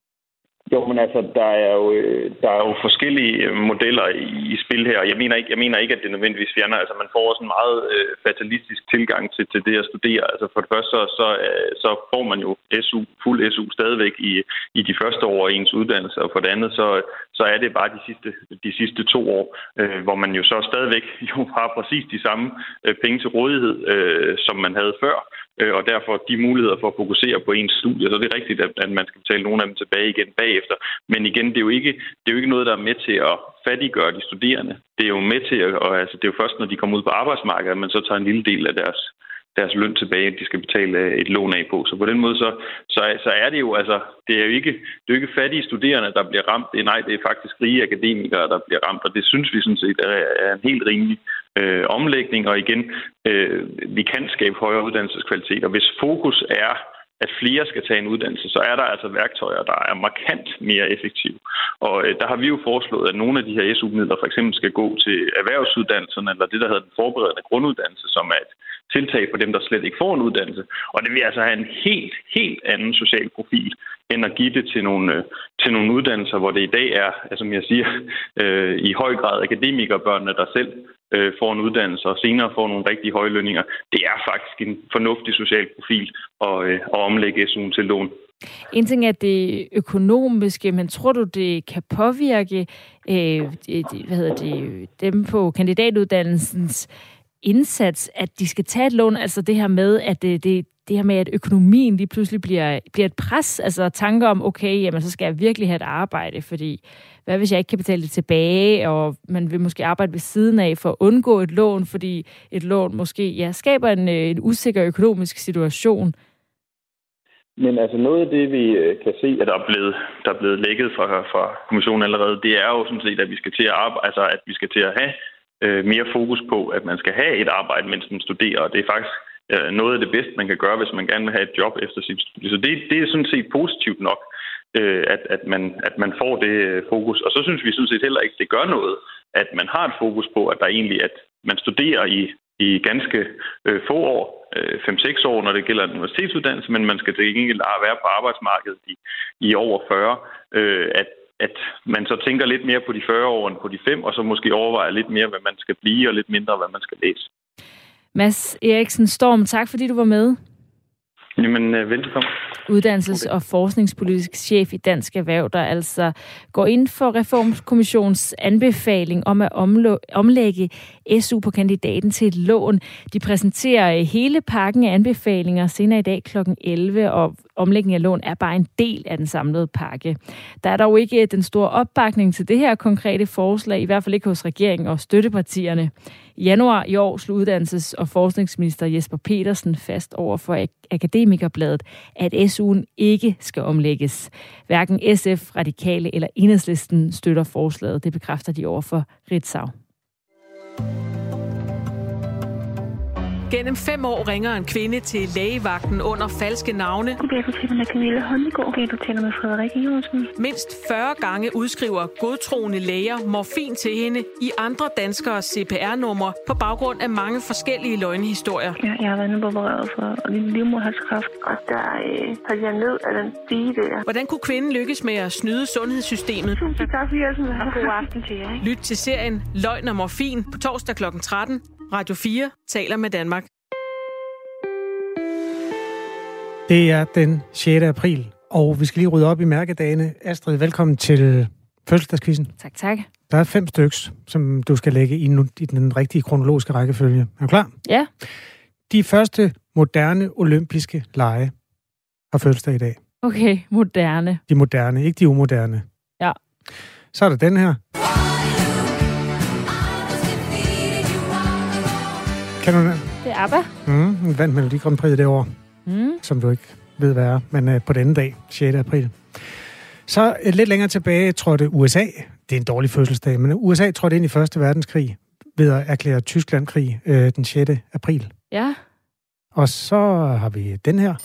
Jo, men altså, der er jo, der er jo forskellige modeller i, i spil her. Jeg mener ikke, jeg mener ikke, at det nødvendigvis fjerner. Altså, man får også en meget øh, fatalistisk tilgang til, til det at studere. Altså, for det første, så, så, så får man jo S U, fuld S U stadigvæk i, i de første år af ens uddannelse. Og for det andet, så, så er det bare de sidste, de sidste to år, øh, hvor man jo så stadigvæk jo har præcis de samme øh, penge til rådighed, øh, som man havde før. Og derfor de muligheder for at fokusere på ens studie, så det er rigtigt, at man skal betale nogle af dem tilbage igen bagefter. Men igen, det er jo ikke, det er jo ikke noget, der er med til at fattiggøre de studerende. Det er jo med til at, og altså, det er jo først, når de kommer ud på arbejdsmarkedet, at man så tager en lille del af deres, deres løn tilbage, de skal betale et lån af på. Så på den måde, så, så, så er det jo, altså, det er jo ikke, det er jo ikke fattige studerende, der bliver ramt. Det er, nej, det er faktisk rige akademikere, der bliver ramt, og det synes vi sådan set er, er en helt rimelig øh, omlægning. Og igen, øh, vi kan skabe højere uddannelseskvalitet, og hvis fokus er, at flere skal tage en uddannelse, så er der altså værktøjer, der er markant mere effektive. Og øh, der har vi jo foreslået, at nogle af de her S U-midler for eksempel skal gå til erhvervsuddannelserne, eller det, der hedder den forberedende grunduddannelse, som er et tiltag for dem, der slet ikke får en uddannelse. Og det vil altså have en helt, helt anden social profil, end at give det til nogle, øh, til nogle uddannelser, hvor det i dag er, altså, som jeg siger, øh, i høj grad akademikerbørnene, der selv øh, får en uddannelse og senere får nogle rigtig høje lønninger. Det er faktisk en fornuftig social profil at, øh, at omlægge S U'en til lån. En ting er det økonomiske, men tror du, det kan påvirke øh, hvad hedder det, dem på kandidatuddannelsens indsats, at de skal tage et lån? Altså det her med, at det, det, det her med, at økonomien lige pludselig bliver, bliver et pres, altså tanker om, okay, jamen så skal jeg virkelig have et arbejde, fordi hvad hvis jeg ikke kan betale det tilbage, og man vil måske arbejde ved siden af for at undgå et lån, fordi et lån måske ja, skaber en, en usikker økonomisk situation. Men altså noget af det, vi kan se, at der er blevet, der er blevet lækket fra, fra kommissionen allerede, det er jo sådan set, at vi skal til at arbejde, altså at vi skal til at have øh, mere fokus på, at man skal have et arbejde, mens man studerer. Og det er faktisk øh, noget af det bedste, man kan gøre, hvis man gerne vil have et job efter sit studie. Så det, det er sådan set positivt nok, øh, at, at, man, at man får det øh, fokus. Og så synes vi sådan set heller ikke, det gør noget, at man har et fokus på, at der egentlig, at man studerer i i ganske øh, få år, øh, fem seks år, når det gælder en universitetsuddannelse, men man skal til gengæld være på arbejdsmarkedet i, i over fyrre, øh, at, at man så tænker lidt mere på de fyrre år end på de fem, og så måske overvejer lidt mere, hvad man skal blive, og lidt mindre, hvad man skal læse. Mads Eriksen Storm, tak fordi du var med. Jamen, velkommen. Uddannelses- og forskningspolitisk chef i Dansk Erhverv, der altså går ind for Reformkommissionens anbefaling om at omlægge S U på kandidaten til et lån. De præsenterer hele pakken af anbefalinger senere i dag klokken elleve, og omlægning af lån er bare en del af den samlede pakke. Der er dog ikke den store opbakning til det her konkrete forslag, i hvert fald ikke hos regeringen og støttepartierne. I januar i år slog uddannelses- og forskningsminister Jesper Petersen fast over for Akademikerbladet, at S U'en ikke skal omlægges. Hverken S F, Radikale eller Enhedslisten støtter forslaget. Det bekræfter de over for Ritzau. Gennem fem år ringer en kvinde til lægevagten under falske navne. Goddag, du taler med Camilla Håndegård. Goddag, du taler med Frederik Jørgensen. Mindst fyrre gange udskriver godtroende læger morfin til hende i andre danskere C P R-numre på baggrund af mange forskellige løgnehistorier. Ja, jeg har været inde opereret for livmoderhalskræft, og der øh, faldt jeg ned af den stige der. Hvordan kunne kvinden lykkes med at snyde sundhedssystemet? Tusind tak for hjælpen, og god aften til jer. Lyt til serien Løgn og morfin på torsdag klokken tretten. Radio fire taler med Danmark. Det er den sjette april, og vi skal lige rydde op i mærkedagene. Astrid, velkommen til fødselsdagskvisten. Tak, tak. Der er fem styks, som du skal lægge i, nu, i den rigtige kronologiske rækkefølge. Er du klar? Ja. De første moderne olympiske lege har fødselsdag i dag. Okay, moderne. De moderne, ikke de umoderne. Ja. Så er der den her. Kan du den? Det er ABBA. Mm, den vandt Melodi Grand Prix det år, mm. som du ikke ved, hvad er, men uh, på denne dag, sjette april. Så uh, lidt længere tilbage trådte U S A, det er en dårlig fødselsdag, men U S A trådte ind i første verdenskrig ved at erklære Tyskland krig uh, den sjette april. Ja. Og så har vi den her.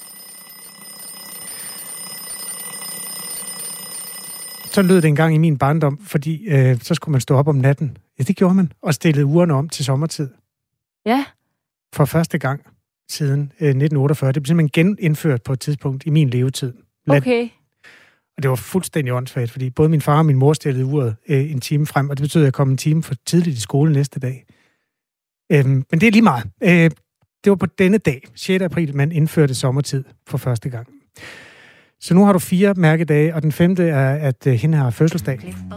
Så lød det engang i min barndom, fordi uh, så skulle man stå op om natten. Ja, det gjorde man, og stillede ugerne om til sommertid. Ja. For første gang siden øh, nitten otteogfyrre. Det blev simpelthen genindført på et tidspunkt i min levetid. Lad... Okay. Og det var fuldstændig åndssvagt, fordi både min far og min mor stillede uret øh, en time frem, og det betød, at jeg kom en time for tidligt i skole næste dag. Øhm, men det er lige meget. Øh, det var på denne dag, sjette april, man indførte sommertid for første gang. Så nu har du fire mærkedage, og den femte er, at øh, hende har fødselsdag.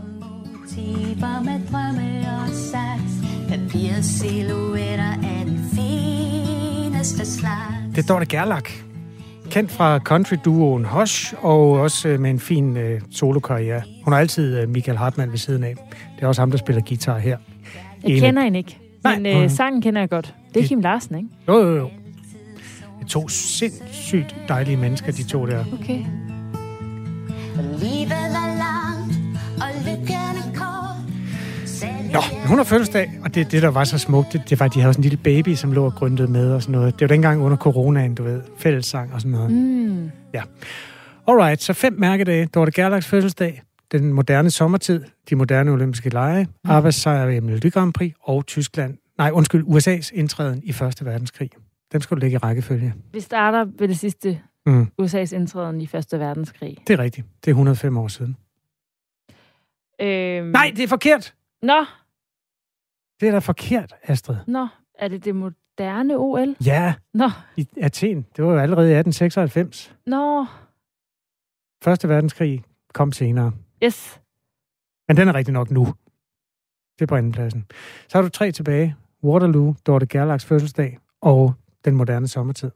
Det er Dorte Gerlach, kendt fra country-duoen Hush, og også med en fin øh, solokarriere. Hun har altid øh, Michael Hartmann ved siden af. Det er også ham, der spiller guitar her. Jeg Ene. kender hende ikke, Nej, men øh, sangen kender jeg godt. Det er de... Kim Larsen, ikke? Jo, jo, jo. Det er to sindssygt dejlige mennesker, de to der. Okay. Livet er langt, og lykken er kort. Nå, hun har fødselsdag, og det, det der var så smukt, det, det var, at de havde sådan en lille baby, som lå og grøntede med og sådan noget. Det var dengang under coronaen, du ved, fællessang og sådan noget. Mm. Ja. Alright, så fem mærkedage. Dorte Gerlachs fødselsdag, den moderne sommertid, de moderne olympiske lege, mm. arbejdssejr ved Melodi Grand Prix og Tyskland, nej, undskyld, U S A's indtræden i første verdenskrig. Dem skal du lægge i rækkefølge. Vi starter ved det sidste, mm. U S A's indtræden i første verdenskrig. Det er rigtigt. Det er et hundrede og fem år siden. Øhm... Nej, det er forkert! Nå! Det er da forkert, Astrid. Nå, er det det moderne O L? Ja, Nå. I Athen. Det var jo allerede i atten seksoghalvfems. Nå. Første verdenskrig kom senere. Yes. Men den er rigtig nok nu. Det er på andenpladsen. Så har du tre tilbage. Waterloo, Dorte Gerlachs fødselsdag og den moderne sommertid.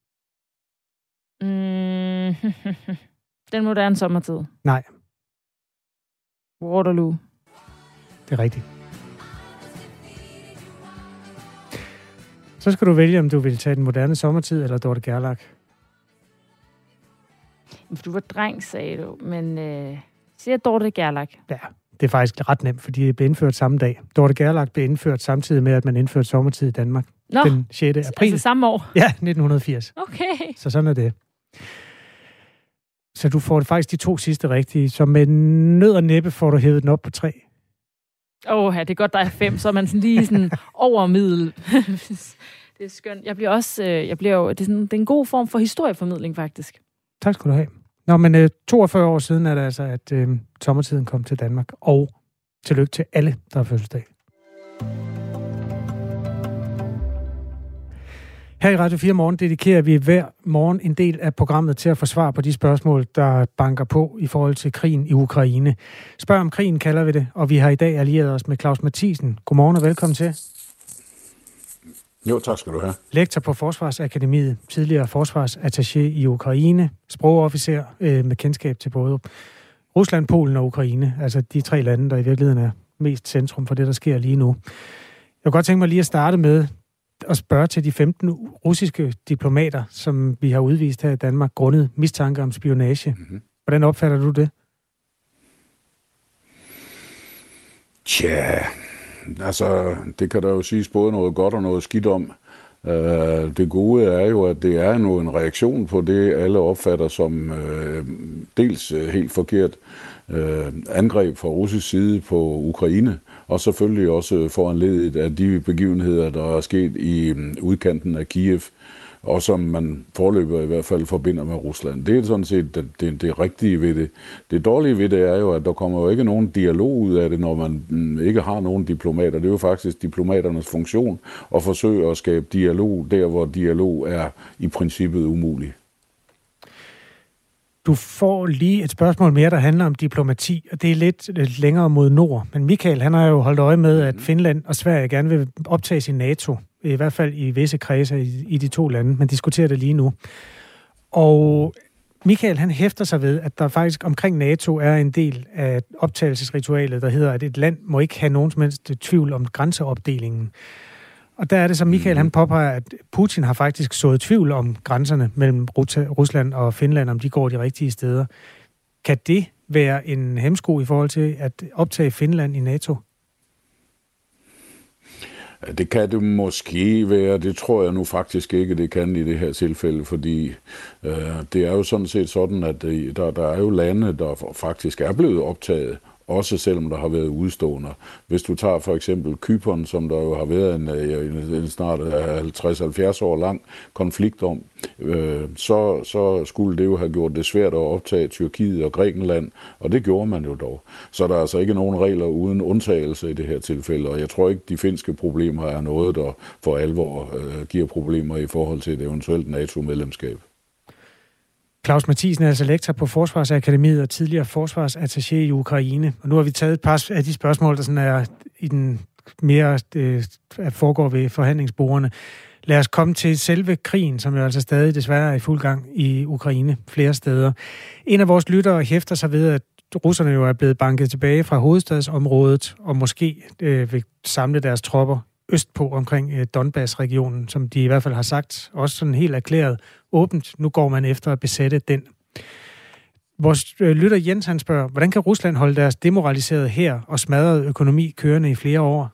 Mm. Den moderne sommertid. Nej. Waterloo. Det er rigtigt. Så skal du vælge, om du vil tage den moderne sommertid eller Dorte Gerlach. Du var dreng, sagde du, men øh, siger Dorte Gerlach. Ja, det er faktisk ret nemt, fordi det blev indført samme dag. Dorte Gerlach blev indført samtidig med, at man indførte sommertid i Danmark. Nå, den sjette april. Altså samme år? Ja, nitten firs. Okay. Så sådan er det. Så du får faktisk de to sidste rigtige. Så med nød og næppe får du hævet den op på tre. Åh, ja, det er godt, der er fem, så er man sådan lige sådan over middel. Det er skønt. Jeg bliver også, øh, jeg bliver jo, det er, sådan, det er en god form for historieformidling, faktisk. Tak skal du have. Nå, men øh, toogfyrre år siden er det altså, at øh, sommertiden kom til Danmark. Og tillykke til alle, der har fødselsdag. Her i Radio fire Morgen dedikerer vi hver morgen en del af programmet til at få svar på de spørgsmål, der banker på i forhold til krigen i Ukraine. Spørg om krigen kalder vi det, og vi har i dag allieret os med Claus Mathiesen. Godmorgen og velkommen til. Jo, tak skal du have. Lektor på Forsvarsakademiet, tidligere forsvarsattaché i Ukraine, sprogofficer øh, med kendskab til både Rusland, Polen og Ukraine, altså de tre lande, der i virkeligheden er mest centrum for det, der sker lige nu. Jeg kunne godt tænke mig lige at starte med at spørge til de femten russiske diplomater, som vi har udvist her i Danmark, grundet mistanke om spionage. Mm-hmm. Hvordan opfatter du det? Tja, altså det kan der jo siges både noget godt og noget skidt om. Uh, det gode er jo, at det er nu en reaktion på det, alle opfatter som uh, dels uh, helt forkert uh, angreb fra russisk side på Ukraine, og selvfølgelig også foranledet af de begivenheder, der er sket i um, udkanten af Kiev, og som man forløber i hvert fald forbinder med Rusland. Det er sådan set det, det, det rigtige ved det. Det dårlige ved det er jo, at der kommer jo ikke nogen dialog ud af det, når man mm, ikke har nogen diplomater. Det er jo faktisk diplomaternes funktion at forsøge at skabe dialog der, hvor dialog er i princippet umulig. Du får lige et spørgsmål mere, der handler om diplomati, og det er lidt, lidt længere mod nord. Men Michael, han har jo holdt øje med, at Finland og Sverige gerne vil optages i NATO. I hvert fald i visse kredse i, i de to lande. Man diskuterer det lige nu. Og Michael, han hæfter sig ved, at der faktisk omkring NATO er en del af optagelsesritualet, der hedder, at et land må ikke have nogen som helst tvivl om grænseopdelingen. Og der er det, som Michael han påpeger, at Putin har faktisk sået tvivl om grænserne mellem Rusland og Finland, om de går de rigtige steder. Kan det være en hæmsko i forhold til at optage Finland i NATO? Det kan det måske være. Det tror jeg nu faktisk ikke, det kan i det her tilfælde, fordi øh, det er jo sådan set sådan, at der, der er jo lande, der faktisk er blevet optaget, også selvom der har været udstående. Hvis du tager for eksempel Cypern, som der jo har været en, en, en snart halvtreds til halvfjerds år lang konflikt om, øh, så, så skulle det jo have gjort det svært at optage Tyrkiet og Grækenland, og det gjorde man jo dog. Så der er altså ikke nogen regler uden undtagelse i det her tilfælde, og jeg tror ikke, de finske problemer er noget, der for alvor øh, giver problemer i forhold til et eventuelt NATO-medlemskab. Claus Mathiesen er altså lektor på Forsvarsakademiet og tidligere forsvarsattaché i Ukraine. Og nu har vi taget et par af de spørgsmål, der sådan er i den mere øh, foregår ved forhandlingsbordene. Lad os komme til selve krigen, som jo altså stadig desværre er i fuld gang i Ukraine flere steder. En af vores lyttere hæfter sig ved, at russerne jo er blevet banket tilbage fra hovedstadsområdet og måske øh, vil samle deres tropper østpå omkring øh, Donbass-regionen, som de i hvert fald har sagt, også sådan helt erklæret åbent. Nu går man efter at besætte den. Vores øh, lytter Jens, han spørger, hvordan kan Rusland holde deres demoraliserede hær og smadrede økonomi kørende i flere år?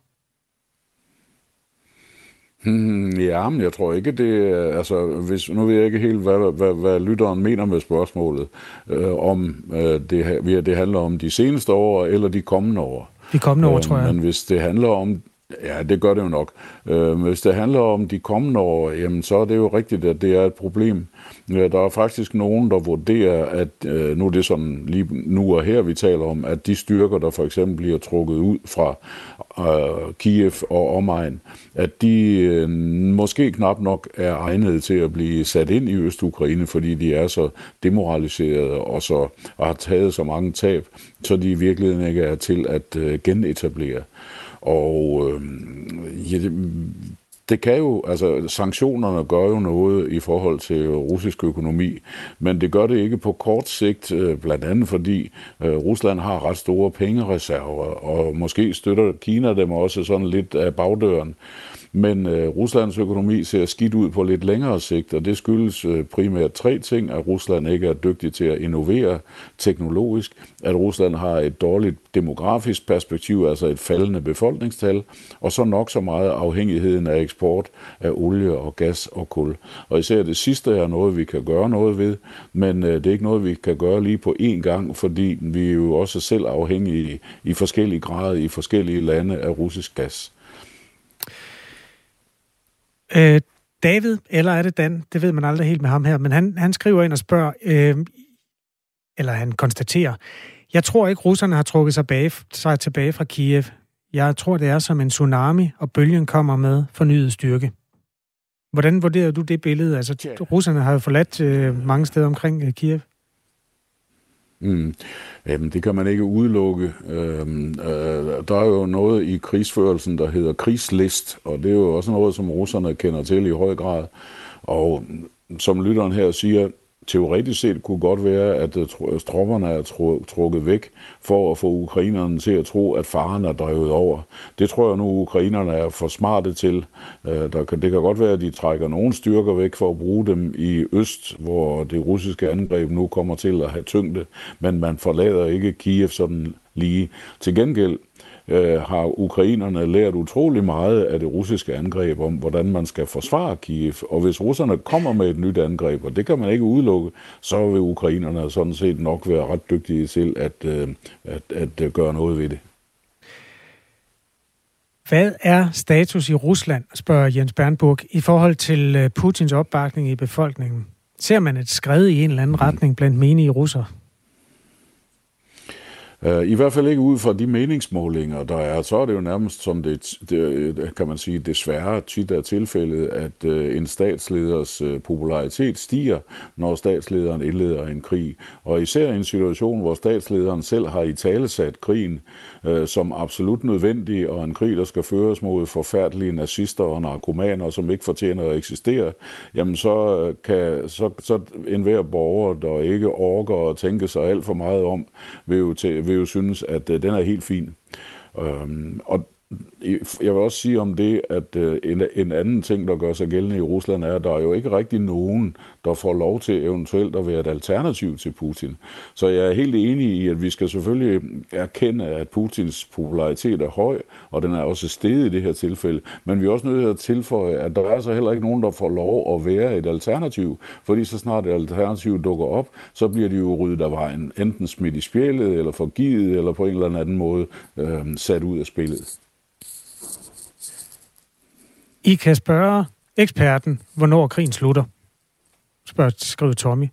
Hmm, ja, men jeg tror ikke, det altså, hvis, nu ved jeg ikke helt, hvad, hvad, hvad lytteren mener med spørgsmålet, øh, om øh, det, det handler om de seneste år eller de kommende år. De kommende år, øh, tror jeg. Men hvis det handler om Ja, det gør det jo nok. Øh, hvis det handler om de kommende år, jamen, så er det jo rigtigt, at det er et problem. Ja, der er faktisk nogen, der vurderer, at øh, nu er det sådan lige nu og her, vi taler om, at de styrker, der for eksempel bliver trukket ud fra øh, Kiev og omegn, at de øh, måske knap nok er egnet til at blive sat ind i Øst-Ukraine, fordi de er så demoraliserede og, så, og har taget så mange tab, så de i virkeligheden ikke er til at øh, genetablere. Og øh, ja, det, det kan jo, altså sanktionerne gør jo noget i forhold til russisk økonomi, men det gør det ikke på kort sigt, øh, blandt andet fordi øh, Rusland har ret store pengereserver, og måske støtter Kina dem også sådan lidt af bagdøren. Men øh, Ruslands økonomi ser skidt ud på lidt længere sigt, og det skyldes øh, primært tre ting, at Rusland ikke er dygtig til at innovere teknologisk, at Rusland har et dårligt demografisk perspektiv, altså et faldende befolkningstal, og så nok så meget afhængigheden af eksport af olie og gas og kul. Og især det sidste er noget, vi kan gøre noget ved, men øh, det er ikke noget, vi kan gøre lige på én gang, fordi vi er jo også selv afhængige i forskellige grader i forskellige lande af russisk gas. Øh, David, eller er det Dan? Det ved man aldrig helt med ham her, men han, han skriver ind og spørger, øh, eller han konstaterer, jeg tror ikke, russerne har trukket sig, bag, sig tilbage fra Kiev. Jeg tror, det er som en tsunami, og bølgen kommer med fornyet styrke. Hvordan vurderer du det billede? Altså, russerne har jo forladt øh, mange steder omkring øh, Kiev. Mm. Jamen, det kan man ikke udelukke. Øhm, øh, der er jo noget i krigsførelsen, der hedder krigslist, og det er jo også noget, som russerne kender til i høj grad. Og som lytteren her siger, teoretisk set kunne godt være, at tropperne er trukket væk for at få ukrainerne til at tro, at faren er drevet over. Det tror jeg nu, ukrainerne er for smarte til. Det kan godt være, at de trækker nogle styrker væk for at bruge dem i øst, hvor det russiske angreb nu kommer til at have tyngde, men man forlader ikke Kiev sådan lige. Til gengæld har ukrainerne lært utrolig meget af det russiske angreb om, hvordan man skal forsvare Kiev. Og hvis russerne kommer med et nyt angreb, og det kan man ikke udelukke, så vil ukrainerne sådan set nok være ret dygtige til at, at, at gøre noget ved det. Hvad er status i Rusland, spørger Jens Bernburg, i forhold til Putins opbakning i befolkningen? Ser man et skred i en eller anden retning blandt menige russere? I hvert fald ikke ud fra de meningsmålinger, der er. Så er det jo nærmest som det, det kan man sige, desværre tit er tilfældet, at en statsleders popularitet stiger, når statslederen indleder en krig. Og især i en situation, hvor statslederen selv har italesat krigen øh, som absolut nødvendig, og en krig, der skal føres mod forfærdelige nazister og narkomaner, som ikke fortjener at eksistere, jamen så kan så, så enhver borger, der ikke orker at tænke sig alt for meget om, vil jo, til, vil jo synes, at øh, den er helt fin. Øhm, og jeg vil også sige om det, at en, en anden ting, der gør sig gældende i Rusland, er, at der er jo ikke rigtig nogen, der får lov til eventuelt at være et alternativ til Putin. Så jeg er helt enig i, at vi skal selvfølgelig erkende, at Putins popularitet er høj, og den er også steget i det her tilfælde. Men vi er også nødt til at tilføje, at der er så heller ikke nogen, der får lov at være et alternativ. Fordi så snart et alternativ dukker op, så bliver de jo ryddet af vejen. Enten smidt i spjældet, eller forgivet, eller på en eller anden måde øh, sat ud af spillet. I kan spørge eksperten, hvornår krigen slutter, spørger, skriver Tommy.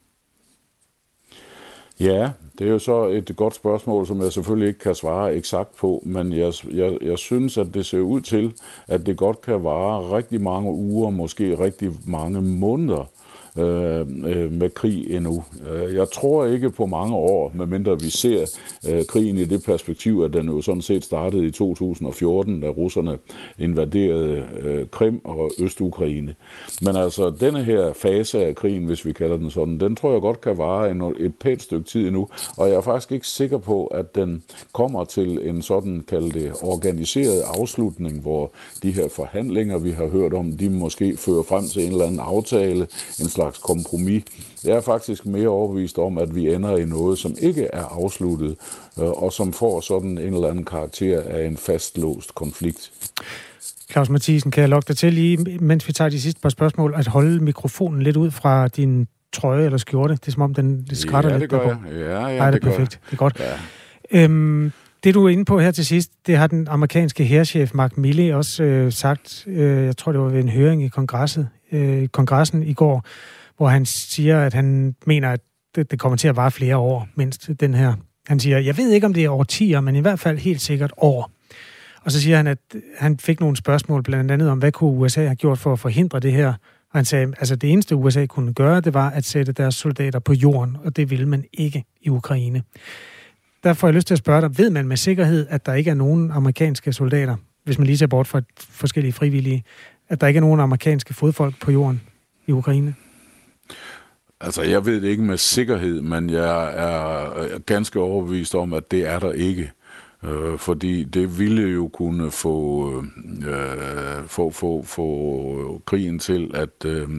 Ja, det er jo så et godt spørgsmål, som jeg selvfølgelig ikke kan svare eksakt på, men jeg, jeg, jeg synes, at det ser ud til, at det godt kan vare rigtig mange uger, måske rigtig mange måneder øh, med krig endnu. Jeg tror ikke på mange år, medmindre vi ser øh, krigen i det perspektiv, at den jo sådan set startede i to tusind og fjorten, da russerne invaderede øh, Krim og Øst-Ukraine. Men altså, denne her fase af krigen, hvis vi kalder den sådan, den tror jeg godt kan vare en, et pænt stykke tid endnu, og jeg er faktisk ikke sikker på, at den kommer til en sådan, kaldt det, organiseret afslutning, hvor de her forhandlinger, vi har hørt om, de måske fører frem til en eller anden aftale, en slags kompromis. Jeg er faktisk mere overbevist om, at vi ender i noget, som ikke er afsluttet, og som får sådan en eller anden karakter af en fastlåst konflikt. Claus Mathiesen, kan jeg lokke dig til lige, mens vi tager de sidste par spørgsmål, at holde mikrofonen lidt ud fra din trøje eller skjorte? Det er som om, den det skrætter ja, lidt. Ja, det gør jeg. Ja, ja, Nej, det er det perfekt. Det er godt. Ja. Øhm, det, du er inde på her til sidst, det har den amerikanske hærchef Mark Milley også øh, sagt. Øh, jeg tror, det var ved en høring i kongresset, øh, kongressen i går, hvor han siger, at han mener, at det, det kommer til at vare flere år, mindst den her. Han siger, jeg ved ikke, om det er årtier, men i hvert fald helt sikkert år. Og så siger han, at han fik nogle spørgsmål, blandt andet om, hvad kunne U S A have gjort for at forhindre det her. Og han sagde, altså det eneste U S A kunne gøre, det var at sætte deres soldater på jorden, og det ville man ikke i Ukraine. Derfor har jeg lyst til at spørge dig, ved man med sikkerhed, at der ikke er nogen amerikanske soldater, hvis man lige ser bort fra forskellige frivillige, at der ikke er nogen amerikanske fodfolk på jorden i Ukraine? Altså, jeg ved det ikke med sikkerhed, men jeg er ganske overbevist om, at det er der ikke. Øh, fordi det ville jo kunne få, øh, få, få, få krigen til at øh,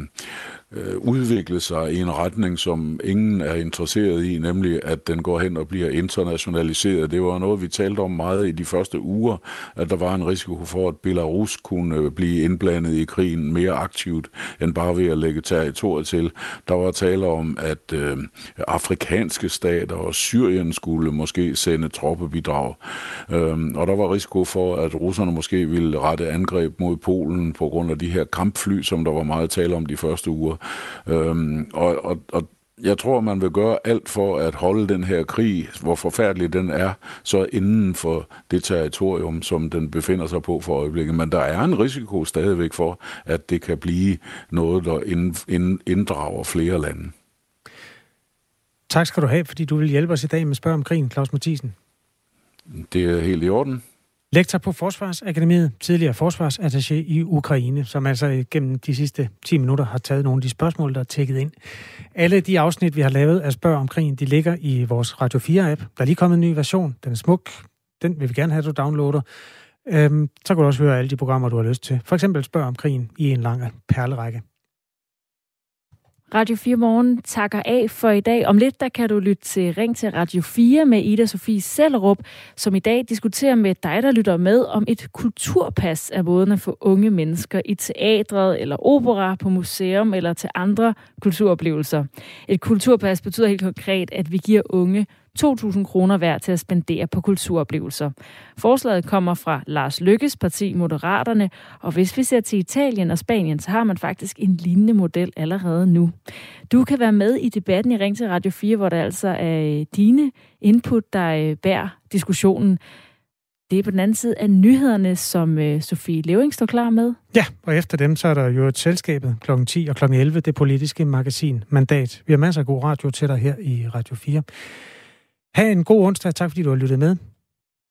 udvikle sig i en retning, som ingen er interesseret i, nemlig at den går hen og bliver internationaliseret. Det var noget, vi talte om meget i de første uger, at der var en risiko for, at Belarus kunne blive indblandet i krigen mere aktivt, end bare ved at lægge territoriet til. Der var tale om, at øh, afrikanske stater og Syrien skulle måske sende troppebidrag. Øhm, og der var risiko for, at russerne måske ville rette angreb mod Polen på grund af de her kampfly, som der var meget tale om de første uger. Øhm, og, og, og jeg tror, man vil gøre alt for at holde den her krig, hvor forfærdelig den er, så inden for det territorium, som den befinder sig på for øjeblikket. Men der er en risiko stadigvæk for, at det kan blive noget, der inddrager flere lande. Tak skal du have, fordi du vil hjælpe os i dag med Spørg om krigen, Claus Mathiesen. Det er helt i orden. Lektor på Forsvarsakademiet, tidligere forsvarsattaché i Ukraine, som altså gennem de sidste ti minutter har taget nogle af de spørgsmål, der er tækket ind. Alle de afsnit, vi har lavet af Spørg om krigen, de ligger i vores Radio fire-app. Der er lige kommet en ny version. Den er smuk. Den vil vi gerne have, at du downloader. Øhm, så kan du også høre alle de programmer, du har lyst til. For eksempel Spørg om krigen i en lang perlerække. Radio fire Morgen takker af for i dag. Om lidt, der kan du lytte til Ring til Radio fire med Ida Sofie Sellerup, som i dag diskuterer med dig, der lytter med, om et kulturpas er måden at få unge mennesker i teatret eller opera, på museum eller til andre kulturoplevelser. Et kulturpas betyder helt konkret, at vi giver unge to tusind kroner hver til at spendere på kulturoplevelser. Forslaget kommer fra Lars Løkkes parti Moderaterne, og hvis vi ser til Italien og Spanien, så har man faktisk en lignende model allerede nu. Du kan være med i debatten i Ring til Radio fire, hvor der altså er dine input, der bærer diskussionen. Det er på den anden side af nyhederne, som Sofie Leving står klar med. Ja, og efter dem, så er der jo et selskabet klokken ti og klokken elleve, det politiske magasin Mandat. Vi har masser af god radio til dig her i Radio fire. Ha' en god onsdag. Tak fordi du har lyttet med.